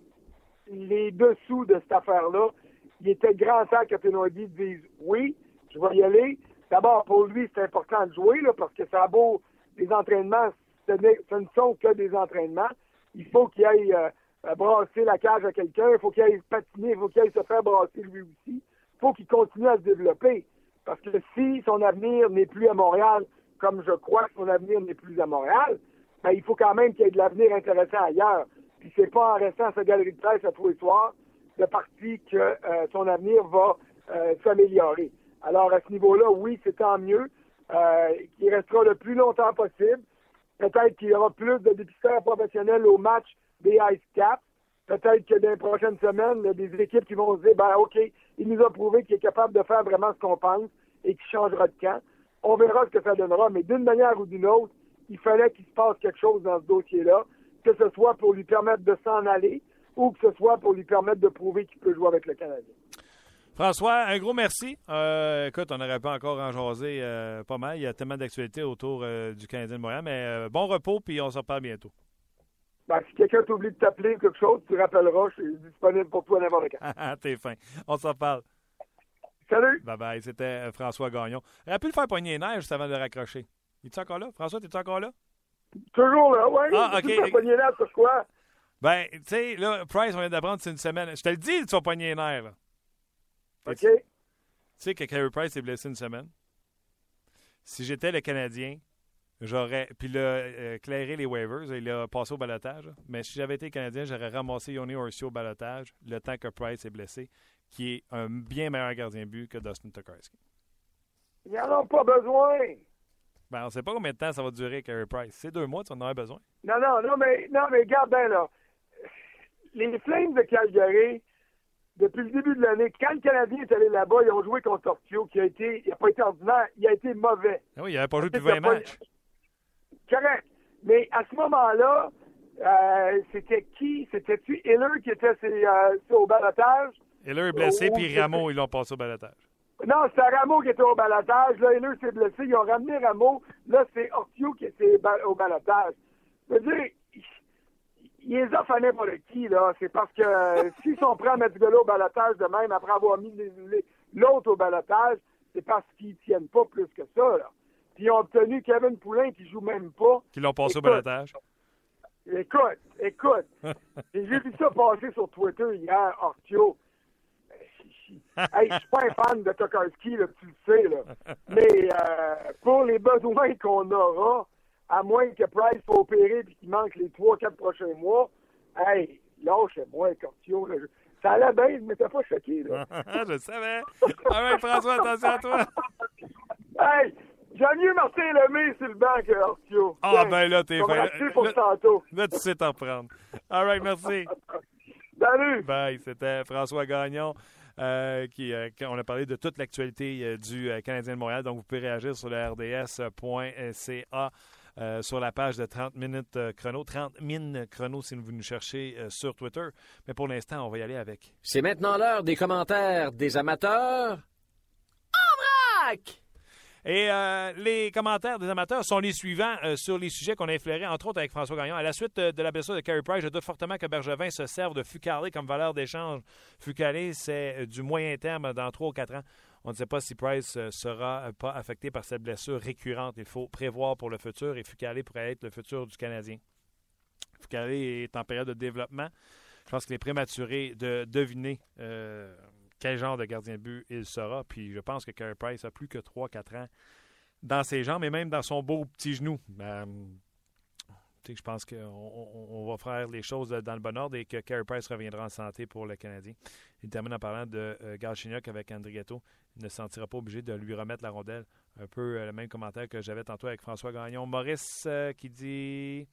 les dessous de cette affaire-là, il était grand temps que Tinordi dise oui, je vais y aller. D'abord, pour lui, c'est important de jouer, là, parce que ça a beau, les entraînements, ce, ce ne sont que des entraînements. Il faut qu'il aille euh, brasser la cage à quelqu'un, il faut qu'il aille patiner, il faut qu'il aille se faire brasser lui aussi. Il faut qu'il continue à se développer. Parce que si son avenir n'est plus à Montréal, comme je crois que son avenir n'est plus à Montréal, ben, il faut quand même qu'il y ait de l'avenir intéressant ailleurs. Puis c'est pas en restant à sa galerie de presse à tous les soirs de parti que euh, son avenir va euh, s'améliorer. Alors, à ce niveau-là, oui, c'est tant mieux. Euh, qu'il restera le plus longtemps possible. Peut-être qu'il y aura plus de dépisteurs professionnels au match des Ice Caps. Peut-être que dans les prochaines semaines, il y a des équipes qui vont se dire, ben OK, il nous a prouvé qu'il est capable de faire vraiment ce qu'on pense et qu'il changera de camp. On verra ce que ça donnera, mais d'une manière ou d'une autre, il fallait qu'il se passe quelque chose dans ce dossier-là, que ce soit pour lui permettre de s'en aller ou que ce soit pour lui permettre de prouver qu'il peut jouer avec le Canadien. François, un gros merci. Euh, écoute, on n'aurait pas encore en jasé euh, pas mal. Il y a tellement d'actualités autour euh, du Canadien de Montréal, mais euh, bon repos, puis on se reparle bientôt. Ben, si quelqu'un t'oublie de t'appeler ou quelque chose, tu rappelleras. Je suis disponible pour toi n'importe quand. T'es fin. On se reparle. Salut. Bye-bye. C'était François Gagnon. Il aurait pu le faire pogner les nerfs juste avant de le raccrocher. Es-tu encore là? François, es-tu encore là? Toujours là, oui. Ah, OK. Tu pogner les nerfs sur quoi? Ben, tu sais, là, Price, on vient d'apprendre, c'est une semaine. Je te le dis, tu vas pogner les nerfs, là. OK. Tu sais que Carey Price est blessé une semaine. Si j'étais le Canadien, j'aurais... Puis là, euh, clairé les waivers, il a passé au balotage. Mais si j'avais été le Canadien, j'aurais ramassé Yoni Orsi au balotage le temps que Price est blessé, qui est un bien meilleur gardien de but que Dustin Tokarski. Ils n'en ont pas besoin. Ben, on ne sait pas combien de temps ça va durer, Carey Price. C'est deux mois, tu en aurais besoin. Non, non, non, mais, non, mais regarde bien, là. Les Flames de Calgary, depuis le début de l'année, quand le Canadien est allé là-bas, ils ont joué contre Tortio, qui a été, il n'a pas été ordinaire, il a été mauvais. Ah oui, il n'avait pas joué depuis vingt matchs. Correct. Mais à ce moment-là, euh, c'était qui? C'était-tu Hiller qui était euh, au balotage? Hiller est blessé, puis Rameau, ils l'ont passé au balotage. Non, c'était Rameau qui était au balotage. Là, Hiller s'est blessé. Ils ont ramené Rameau. Là, c'est Ortio qui était au balotage. Je veux dire, il les a fait n'importe qui, là. C'est parce que euh, s'ils sont prêts à mettre ce gars-là au balotage de même, après avoir mis les, les, l'autre au balotage, c'est parce qu'ils tiennent pas plus que ça, là. Puis ils ont obtenu Kevin Poulin qui joue même pas. Qui l'ont passé écoute, au balotage. Écoute, écoute. J'ai vu ça passer sur Twitter hier, Ortio. Hey, je suis pas un fan de Tokarski, là, tu le sais, là. Mais euh, pour les besoins qu'on aura, à moins que Price soit opéré et qu'il manque les trois quatre prochains mois, hey, lâchez-moi, Ortio. Ça allait bien, je m'étais pas choqué, là. Je savais. All right, François, attention à toi. Hey, j'aime mieux Martin Lemay sur le banc que Ortio. Ah, ben là, t'es fait. Pour là, tantôt. Là, tu sais t'en prendre. All right, merci. Salut. Bye, c'était François Gagnon. Euh, qui, euh, on a parlé de toute l'actualité euh, du euh, Canadien de Montréal. Donc, vous pouvez réagir sur le r d s point c a euh, sur la page de trente minutes euh, chrono. trente mines chrono si vous nous cherchez euh, sur Twitter. Mais pour l'instant, on va y aller avec. C'est maintenant l'heure des commentaires des amateurs. En vrac! Et euh, les commentaires des amateurs sont les suivants euh, sur les sujets qu'on a effleurés, entre autres avec François Gagnon. À la suite euh, de la blessure de Carey Price, je doute fortement que Bergevin se serve de Fucale comme valeur d'échange. Fucale, c'est euh, du moyen terme dans trois ou quatre ans. On ne sait pas si Price ne euh, sera euh, pas affecté par cette blessure récurrente. Il faut prévoir pour le futur et Fucale pourrait être le futur du Canadien. Fucale est en période de développement. Je pense qu'il est prématuré de deviner euh, quel genre de gardien de but il sera. Puis je pense que Carey Price a plus que trois quatre ans dans ses jambes et même dans son beau petit genou. Euh, je pense qu'on on, on va faire les choses dans le bon ordre et que Carey Price reviendra en santé pour le Canadien. Il termine en parlant de euh, Galchenyuk avec Andrigetto. Il ne se sentira pas obligé de lui remettre la rondelle. Un peu euh, le même commentaire que j'avais tantôt avec François Gagnon. Maurice euh, qui dit...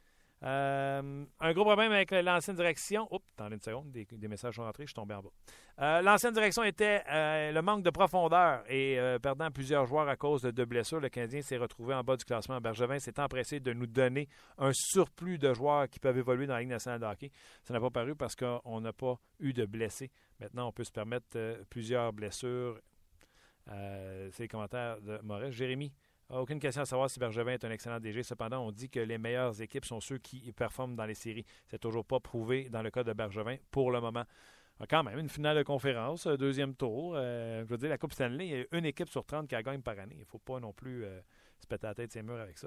Euh, un gros problème avec l'ancienne direction. Oups, attendez une seconde, des, des messages sont rentrés, je suis tombé en bas. Euh, l'ancienne direction était euh, le manque de profondeur et euh, perdant plusieurs joueurs à cause de, de blessures, le Canadien s'est retrouvé en bas du classement. Bergevin s'est empressé de nous donner un surplus de joueurs qui peuvent évoluer dans la Ligue nationale de hockey. Ça n'a pas paru parce qu'on n'a pas eu de blessés. Maintenant, on peut se permettre euh, plusieurs blessures. Euh, c'est les commentaires de Maurice. Jérémy. Aucune question à savoir si Bergevin est un excellent D G. Cependant, on dit que les meilleures équipes sont ceux qui performent dans les séries. C'est toujours pas prouvé dans le cas de Bergevin pour le moment. Quand même, une finale de conférence, deuxième tour. Euh, je veux dire, la Coupe Stanley, il y a une équipe sur trente qui la gagne par année. Il ne faut pas non plus euh, se péter la tête ses murs avec ça.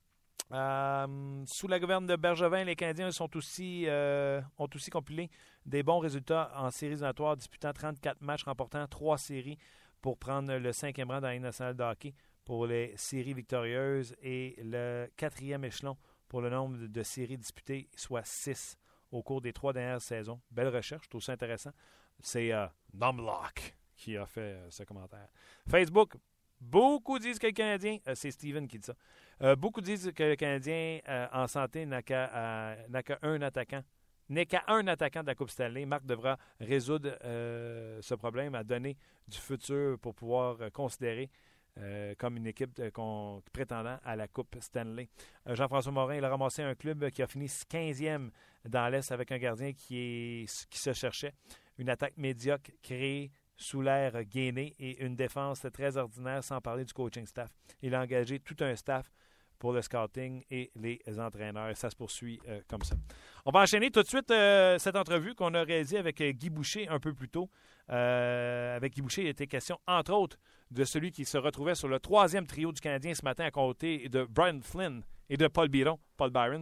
Euh, sous la gouverne de Bergevin, les Canadiens sont aussi, euh, ont aussi compilé des bons résultats en séries éliminatoires, disputant trente-quatre matchs, remportant trois séries pour prendre le cinquième rang dans la Ligue nationale de hockey pour les séries victorieuses et le quatrième échelon pour le nombre de, de séries disputées, soit six au cours des trois dernières saisons. Belle recherche, je trouve ça intéressant. C'est euh, Numlock qui a fait euh, ce commentaire. Facebook, beaucoup disent que le Canadien, euh, c'est Steven qui dit ça, euh, beaucoup disent que le Canadien euh, en santé n'a qu'à euh, n'a qu'un attaquant. N'est qu'à un attaquant de la Coupe Stanley. Marc devra résoudre euh, ce problème, à donner du futur pour pouvoir euh, considérer Euh, comme une équipe euh, qu'on, prétendant à la Coupe Stanley. Euh, Jean-François Morin, il a ramassé un club qui a fini quinzième dans l'Est avec un gardien qui, est, qui se cherchait. Une attaque médiocre créée sous l'ère Gainé et une défense très ordinaire, sans parler du coaching staff. Il a engagé tout un staff pour le scouting et les entraîneurs. Ça se poursuit euh, comme ça. On va enchaîner tout de suite euh, cette entrevue qu'on a réalisée avec euh, Guy Boucher un peu plus tôt. Euh, avec Guy Boucher, il était question, entre autres, de celui qui se retrouvait sur le troisième trio du Canadien ce matin à côté de Brian Flynn et de Paul Byron. Paul Byron.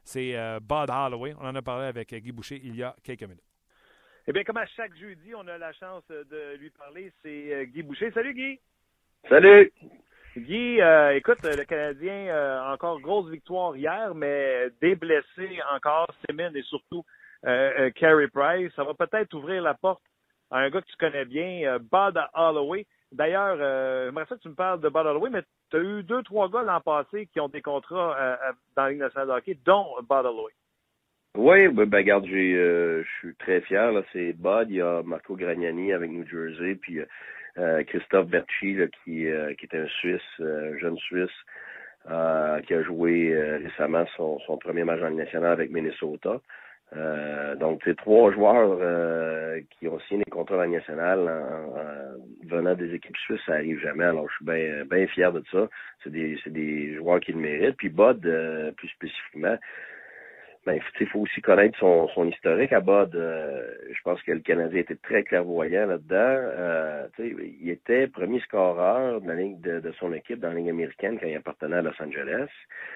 c'est euh, Bud Holloway. On en a parlé avec Guy Boucher il y a quelques minutes. Eh bien, comme à chaque jeudi, on a la chance de lui parler, c'est euh, Guy Boucher. Salut, Guy! Salut! Guy, euh, écoute, le Canadien, euh, encore grosse victoire hier, mais des blessés encore, Semin et surtout euh, euh, Carey Price. Ça va peut-être ouvrir la porte à un gars que tu connais bien, euh, Bud Holloway. D'ailleurs, euh, j'aimerais ça que tu me parles de Bud Holloway, mais tu as eu deux, trois gars l'an passé qui ont des contrats euh, dans la Ligue nationale de hockey, dont Bud Holloway. Oui, ben, ben regarde, j'ai, euh, je suis très fier. Là, c'est Bud, il y a Marco Gragnani avec New Jersey, puis euh, Christophe Berchi, là, qui, euh, qui est un Suisse, euh, jeune Suisse, euh, qui a joué euh, récemment son, son premier match en Ligue nationale avec Minnesota. Euh, donc, c'est trois joueurs euh, qui ont signé des contrats dans la Ligue nationale en, en venant des équipes suisses, ça arrive jamais. Alors, je suis bien bien fier de ça. C'est des, c'est des joueurs qui le méritent. Puis Bud, euh, plus spécifiquement, ben, il faut aussi connaître son, son historique à Bud. Euh, je pense que le Canadien était très clairvoyant là-dedans. Euh, il était premier scoreur de la ligue de, de son équipe dans la Ligue américaine quand il appartenait à Los Angeles.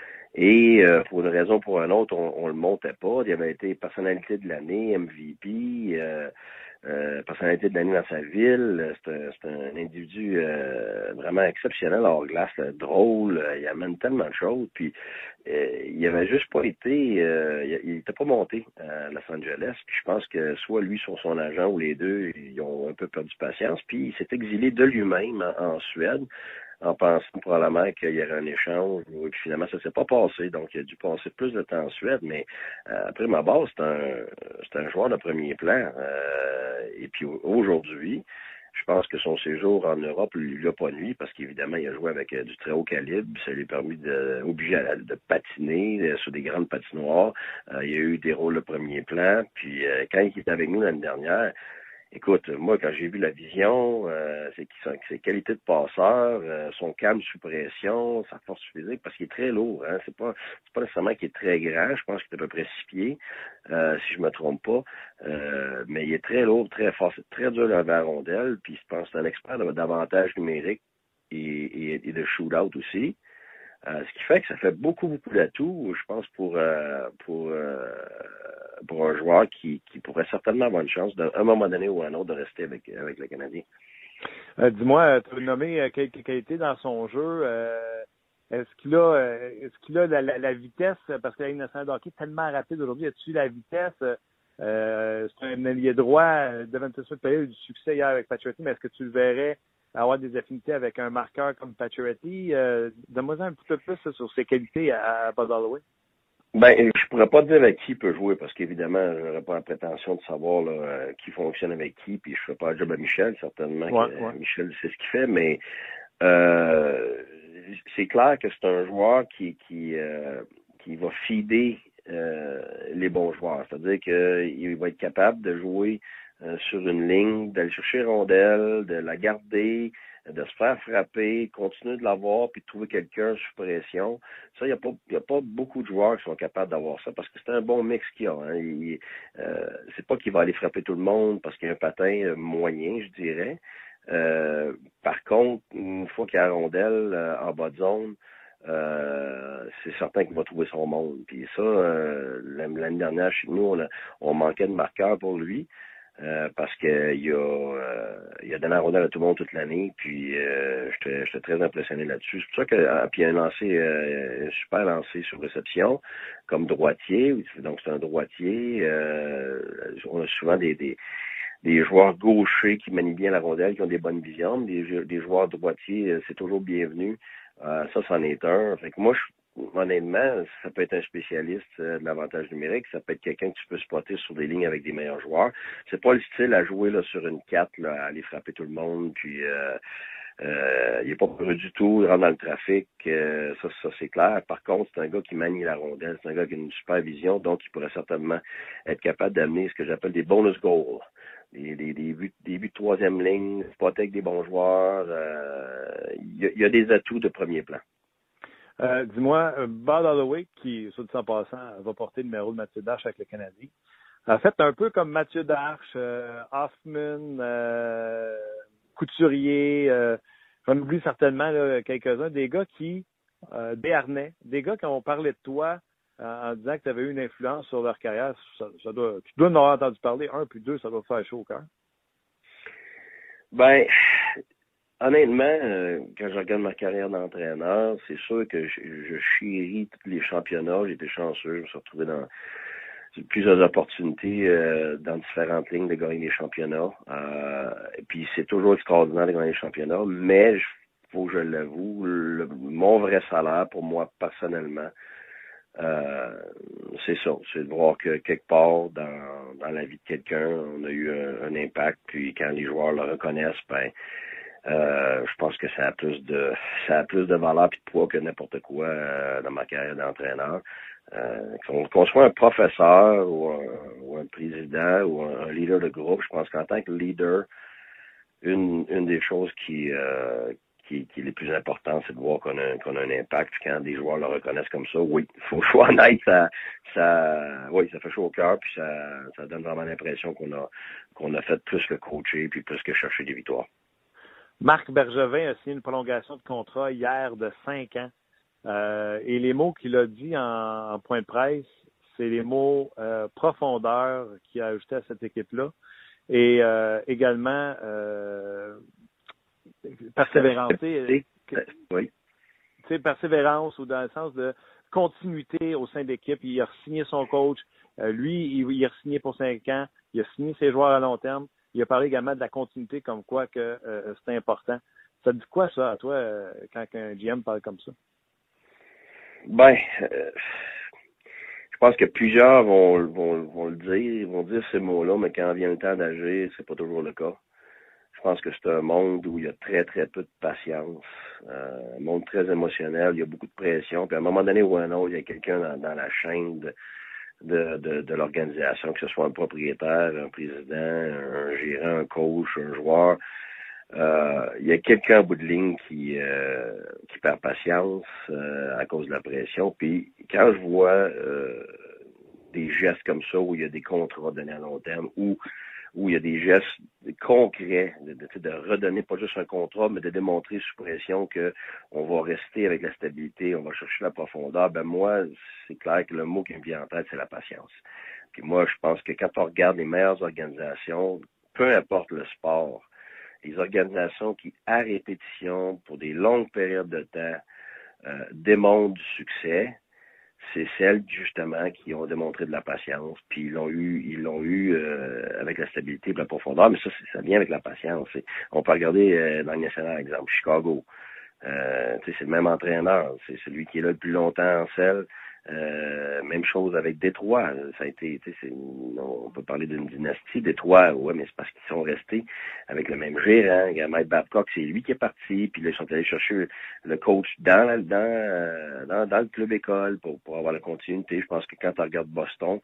Et euh, pour une raison ou pour une autre, on, on le montait pas. Il avait été personnalité de l'année, M V P, euh, euh, personnalité de l'année dans sa ville. C'est un, c'est un individu euh, vraiment exceptionnel hors glace, là, drôle. Il amène tellement de choses. Puis euh, il avait juste pas été, euh, il était pas monté à Los Angeles. Puis je pense que soit lui, soit son agent, ou les deux, ils ont un peu perdu patience. Puis il s'est exilé de lui-même en, en Suède, en pensant probablement qu'il y aurait un échange, et puis finalement, ça s'est pas passé. Donc, il a dû passer plus de temps en Suède, mais euh, après ma base, c'est un c'est un joueur de premier plan. Euh, et puis aujourd'hui, je pense que son séjour en Europe lui l'a pas nuit, parce qu'évidemment, il a joué avec euh, du très haut calibre. Ça lui a permis de obligé à, de patiner euh, sur des grandes patinoires. Euh, il a eu des rôles de premier plan. Puis euh, quand il était avec nous l'année dernière, écoute, moi, quand j'ai vu la vision, euh, c'est ses qualités de passeur, euh, son calme sous pression, sa force physique, parce qu'il est très lourd, hein. C'est pas, c'est pas nécessairement qu'il est très grand. Je pense qu'il est à peu près six pieds, euh, si je me trompe pas. Euh, mais il est très lourd, très fort. C'est très dur à la rondelle. Puis je pense que c'est un expert d'avantage numérique et, et, et de shootout aussi. Euh, ce qui fait que ça fait beaucoup, beaucoup d'atouts, je pense, pour euh, pour euh, pour un joueur qui, qui pourrait certainement avoir une chance, d'un un moment donné ou un autre, de rester avec, avec le Canadien. Euh, dis-moi, tu as nommé quelques qualités dans son jeu. Euh, est-ce qu'il a euh, est-ce qu'il a la, la, la vitesse, parce que la Ligue nationale de hockey est tellement rapide aujourd'hui, as-tu la vitesse? Euh, c'est un ailier droit, Devon Toews-Terry a eu du succès hier avec Pacioretty, mais est-ce que tu le verrais avoir des affinités avec un marqueur comme Pacioretty? Euh, donne-moi un petit peu plus là, sur ses qualités à, à Bud Holloway. Ben, je pourrais pas dire avec qui il peut jouer, parce qu'évidemment, j'aurais pas la prétention de savoir là, qui fonctionne avec qui, puis je fais pas le job à Michel, certainement. Ouais, que ouais. Michel sait ce qu'il fait, mais euh, c'est clair que c'est un joueur qui qui euh, qui va feeder euh, les bons joueurs. C'est-à-dire qu'il va être capable de jouer euh, sur une ligne, d'aller chercher rondelle, de la garder, de se faire frapper, continuer de l'avoir, puis de trouver quelqu'un sous pression. Ça, il n'y a pas, il y a pas beaucoup de joueurs qui sont capables d'avoir ça, parce que c'est un bon mix qu'il y a. Hein. Il, euh, c'est pas qu'il va aller frapper tout le monde parce qu'il y a un patin moyen, je dirais. Euh, par contre, une fois qu'il y a la rondelle euh, en bas de zone, euh, c'est certain qu'il va trouver son monde. Puis ça, euh, l'année dernière, chez nous, on, a, on manquait de marqueurs pour lui. Euh, parce que il a, euh, il a donné la rondelle à tout le monde toute l'année, puis euh, j'étais, j'étais très impressionné là-dessus. C'est pour ça que ah, puis il a un lancé, euh, un super lancé sur réception comme droitier, donc c'est un droitier. Euh, on a souvent des, des des joueurs gauchers qui manient bien la rondelle, qui ont des bonnes visions, des, des joueurs droitiers, c'est toujours bienvenu. Euh, ça, c'en est un. Fait que moi, je honnêtement, ça peut être un spécialiste euh, de l'avantage numérique, ça peut être quelqu'un que tu peux spotter sur des lignes avec des meilleurs joueurs. C'est pas le style à jouer là sur une quatre, là, à aller frapper tout le monde, puis euh, euh, il est pas peureux du tout, il rentre dans le trafic, euh, ça, ça c'est clair. Par contre, c'est un gars qui manie la rondelle, c'est un gars qui a une super vision, donc il pourrait certainement être capable d'amener ce que j'appelle des bonus goals. Des, des, des, buts, des buts de troisième ligne, spotter avec des bons joueurs. Euh, il, y a, il y a des atouts de premier plan. Euh, dis-moi, Bud Holloway, qui, sur dit en passant, va porter le numéro de Mathieu Darche avec le Canadien, a fait un peu comme Mathieu Darche, euh, Hoffman, euh, Couturier, euh, j'en oublie certainement là, quelques-uns, des gars qui, euh, Béarnais, des gars qui ont parlé de toi en, en disant que tu avais eu une influence sur leur carrière. Ça, ça doit, tu dois en avoir entendu parler, un, puis deux, ça doit te faire chaud au cœur. Ben, honnêtement, euh, quand je regarde ma carrière d'entraîneur, c'est sûr que je, je chéris tous les championnats. J'ai été chanceux, je me suis retrouvé dans plusieurs opportunités euh, dans différentes lignes de gagner des championnats. Euh, et puis c'est toujours extraordinaire de gagner des championnats, mais il faut que je l'avoue, le, mon vrai salaire pour moi personnellement, euh, c'est ça, c'est de voir que quelque part dans, dans la vie de quelqu'un, on a eu un, un impact, puis quand les joueurs le reconnaissent, ben euh, je pense que ça a plus de ça a plus de valeur et de poids que n'importe quoi euh, dans ma carrière d'entraîneur. Euh, qu'on, qu'on soit un professeur ou un, ou un président ou un, un leader de groupe, je pense qu'en tant que leader, une, une des choses qui, euh, qui, qui est les plus importantes, c'est de voir qu'on a, qu'on a un impact. Puis quand des joueurs le reconnaissent comme ça, oui, il faut faut honnête, ça, ça, oui, ça fait chaud au cœur, puis ça, ça donne vraiment l'impression qu'on a, qu'on a fait plus que coacher, puis plus que chercher des victoires. Marc Bergevin a signé une prolongation de contrat hier de cinq ans. Euh, et les mots qu'il a dit en, en point de presse, c'est les mots euh, profondeur qu'il a ajouté à cette équipe-là. Et euh, également euh, persévérance. Oui. Tu sais, persévérance ou dans le sens de continuité au sein de l'équipe. Il a signé son coach. Euh, lui, il, il a signé pour cinq ans. Il a signé ses joueurs à long terme. Il a parlé également de la continuité comme quoi que euh, c'est important. Ça te dit quoi, ça, à toi, euh, quand un G M parle comme ça? Ben, euh, je pense que plusieurs vont, vont, vont le dire, vont dire ces mots-là, mais quand vient le temps d'agir, c'est pas toujours le cas. Je pense que c'est un monde où il y a très, très peu de patience, euh, un monde très émotionnel, il y a beaucoup de pression, puis à un moment donné ou un autre, il y a quelqu'un dans, dans la chaîne de, de, de, de l'organisation, que ce soit un propriétaire, un président, un gérant, un coach, un joueur. Euh, il y a quelqu'un au bout de ligne qui euh, qui perd patience euh, à cause de la pression. Puis quand je vois euh, des gestes comme ça où il y a des contrats donnés à long terme, où où il y a des gestes concrets de, de, de redonner pas juste un contrat, mais de démontrer sous pression que on va rester avec la stabilité, on va chercher la profondeur, ben moi, c'est clair que le mot qui me vient en tête, c'est la patience. Puis moi, je pense que quand on regarde les meilleures organisations, peu importe le sport, les organisations qui, à répétition, pour des longues périodes de temps, euh, démontrent du succès, c'est celles, justement, qui ont démontré de la patience, puis ils l'ont eu, ils l'ont eu euh, avec la stabilité et la profondeur, mais ça, ça vient avec la patience. C'est, on peut regarder euh, dans le national, exemple, Chicago. Euh, c'est le même entraîneur, c'est celui qui est là le plus longtemps en selle. Euh, même chose avec Détroit. Ça a été, tu sais, on peut parler d'une dynastie. Détroit, ouais, mais c'est parce qu'ils sont restés avec le même gérant. Mike Babcock, c'est lui qui est parti, puis là, ils sont allés chercher le coach dans la, dans, dans, dans le club école pour, pour avoir la continuité. Je pense que quand on regarde Boston,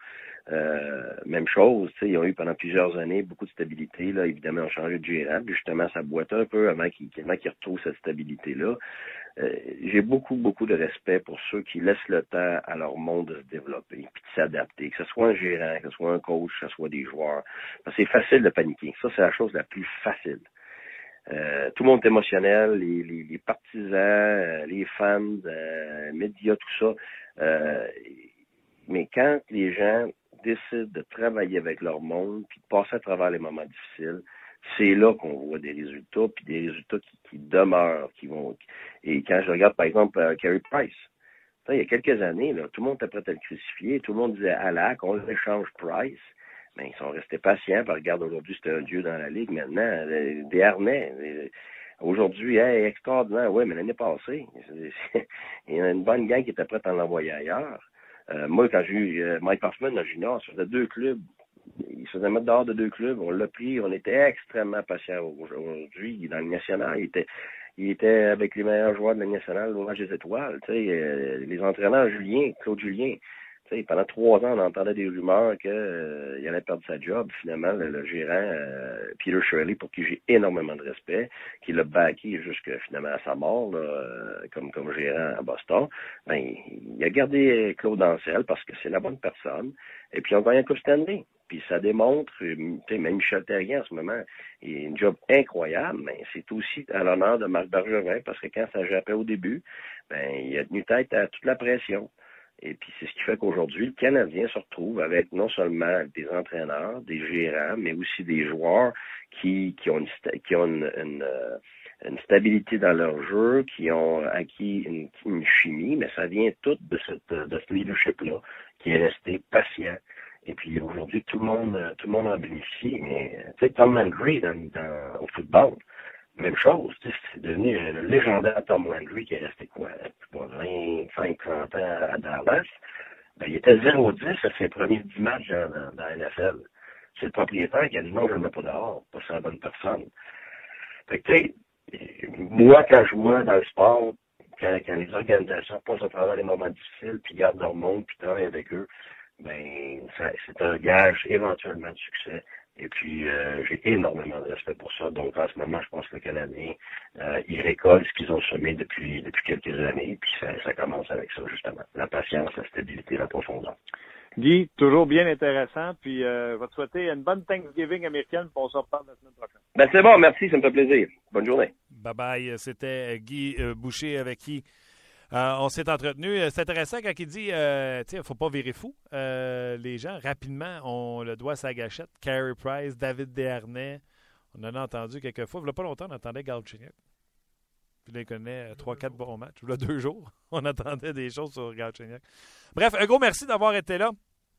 euh, même chose, tu sais, ils ont eu pendant plusieurs années beaucoup de stabilité. Là, évidemment, ils ont changé de gérant, puis justement, ça boite un peu avant qu'ils, avant qu'ils retrouvent cette stabilité-là. Euh, j'ai beaucoup, beaucoup de respect pour ceux qui laissent le temps à leur monde de se développer puis de s'adapter, que ce soit un gérant, que ce soit un coach, que ce soit des joueurs. Parce que c'est facile de paniquer. Ça, c'est la chose la plus facile. Euh, tout le monde est émotionnel, les, les, les partisans, euh, les fans, euh, les médias, tout ça. Euh, mais quand les gens décident de travailler avec leur monde puis de passer à travers les moments difficiles, c'est là qu'on voit des résultats, puis des résultats qui, qui demeurent, qui vont. Et quand je regarde, par exemple, euh, Carey Price, il y a quelques années, là, tout le monde était prêt à le crucifier, tout le monde disait Alak, on l'échange Price. Mais ils sont restés patients, puis regarde, aujourd'hui, c'était un dieu dans la Ligue. Maintenant, des harnais. Aujourd'hui, hey, extraordinaire, oui, mais l'année passée, il y a une bonne gang qui était prête à l'envoyer ailleurs. Euh, moi, quand j'ai eu euh, Mike Hoffman, le junior, ça faisait deux clubs. Il se faisait mettre dehors de deux clubs. On l'a pris. On était extrêmement patients aujourd'hui. Dans le national, il était, il était avec les meilleurs joueurs de la nationale au match des étoiles. Tu sais, euh, les entraîneurs, Julien, Claude Julien. Tu sais, pendant trois ans, on entendait des rumeurs qu'il euh, allait perdre sa job. Finalement, le, le gérant, euh, Peter Shirley, pour qui j'ai énormément de respect, qui l'a backé jusqu'à finalement à sa mort, là, euh, comme, comme gérant à Boston, ben, il, il a gardé Claude Ancel parce que c'est la bonne personne. Et puis, on gagne un Coupe Stanley. Puis ça démontre, tu sais, même Michel Therrien en ce moment, il a un job incroyable, mais c'est aussi à l'honneur de Marc Bergevin, parce que quand ça jappait au début, ben, il a tenu tête à toute la pression. Et puis, c'est ce qui fait qu'aujourd'hui, le Canadien se retrouve avec non seulement des entraîneurs, des gérants, mais aussi des joueurs qui, qui ont une, qui ont une, une, une stabilité dans leur jeu, qui ont acquis une, une chimie, mais ça vient tout de cette, de ce leadership-là, qui est resté patient. Et puis, aujourd'hui, tout le monde, tout le monde en bénéficie. Mais, tu sais, Tom Landry, dans, dans, au football, même chose, c'est devenu le légendaire Tom Landry qui est resté quoi, vingt-cinq trente ans à Dallas. Ben, il était zéro dix à ses premiers dix matchs dans, dans, dans la N F L. C'est le propriétaire qui a dit non, je ne mets pas dehors, pas sur la bonne personne. Fait que, tu sais, moi, quand je vois dans le sport, quand, quand les organisations passent à travers les moments difficiles, puis gardent leur monde, puis travaillent avec eux, ben, ça, c'est un gage éventuellement de succès. Et puis, euh, j'ai énormément de respect pour ça. Donc, en ce moment, je pense que le Canadien, euh, ils récoltent ce qu'ils ont semé depuis depuis quelques années. Puis, ça, ça commence avec ça, justement. La patience, la stabilité, la profondeur. Guy, toujours bien intéressant. Puis, euh, je vais te souhaiter une bonne Thanksgiving américaine. Puis, on se reparle la semaine prochaine. Ben, c'est bon. Merci. Ça me fait plaisir. Bonne journée. Bye-bye. C'était Guy euh, Boucher avec qui Euh, on s'est entretenu. C'est intéressant quand il dit, euh, tu sais, il ne faut pas virer fou. Euh, les gens, rapidement, on le doigt à sa gâchette. Carey Price, David Desharnais. On en a entendu quelques fois. Il n'y a pas longtemps, on entendait Galchenyuk. Puis là, il connaît trois quatre bons matchs. Il y a deux jours, on entendait des choses sur Galchenyuk. Bref, un gros merci d'avoir été là.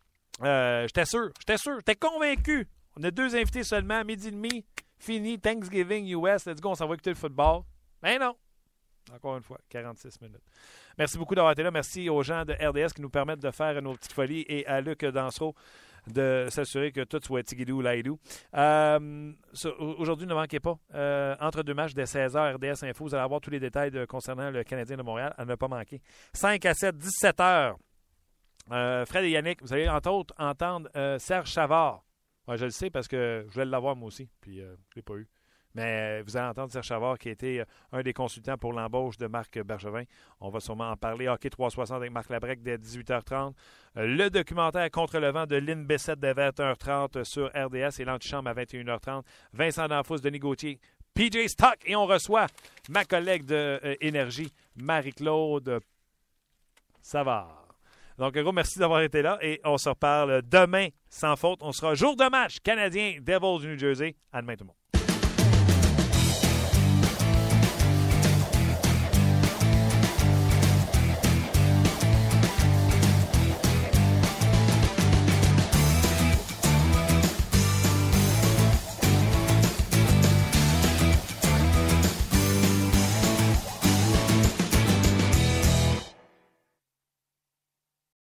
Euh, j'étais sûr, j'étais sûr, j'étais convaincu. On a deux invités seulement, midi et demi, fini, Thanksgiving U S. Let's go, on s'en va écouter le football. Mais non. Encore une fois, quarante-six minutes. Merci beaucoup d'avoir été là. Merci aux gens de R D S qui nous permettent de faire nos petites folies et à Luc Dansereau de s'assurer que tout soit tigidou laïdou. Euh, aujourd'hui, ne manquez pas. Euh, entre deux matchs dès seize heures, R D S Info, vous allez avoir tous les détails de, concernant le Canadien de Montréal à ne pas manquer. cinq à sept, dix-sept heures. Euh, Fred et Yannick, vous allez entre autres entendre euh, Serge Chavard. Ouais, je le sais parce que je voulais l'avoir moi aussi, puis euh, je ne l'ai pas eu. Mais vous allez entendre Serge Chavard qui a été un des consultants pour l'embauche de Marc Bergevin. On va sûrement en parler. Hockey trois cent soixante avec Marc Labrec dès dix-huit heures trente. Le documentaire Contre le vent de Lynn Bessette dès vingt heures trente sur R D S et l'antichambre à vingt et une heures trente. Vincent Danfous, Denis Gauthier, P J Stock. Et on reçoit ma collègue de euh, Énergie, Marie-Claude Savard. Donc, un gros merci d'avoir été là et on se reparle demain sans faute. On sera jour de match canadien Devils du New Jersey. À demain tout le monde.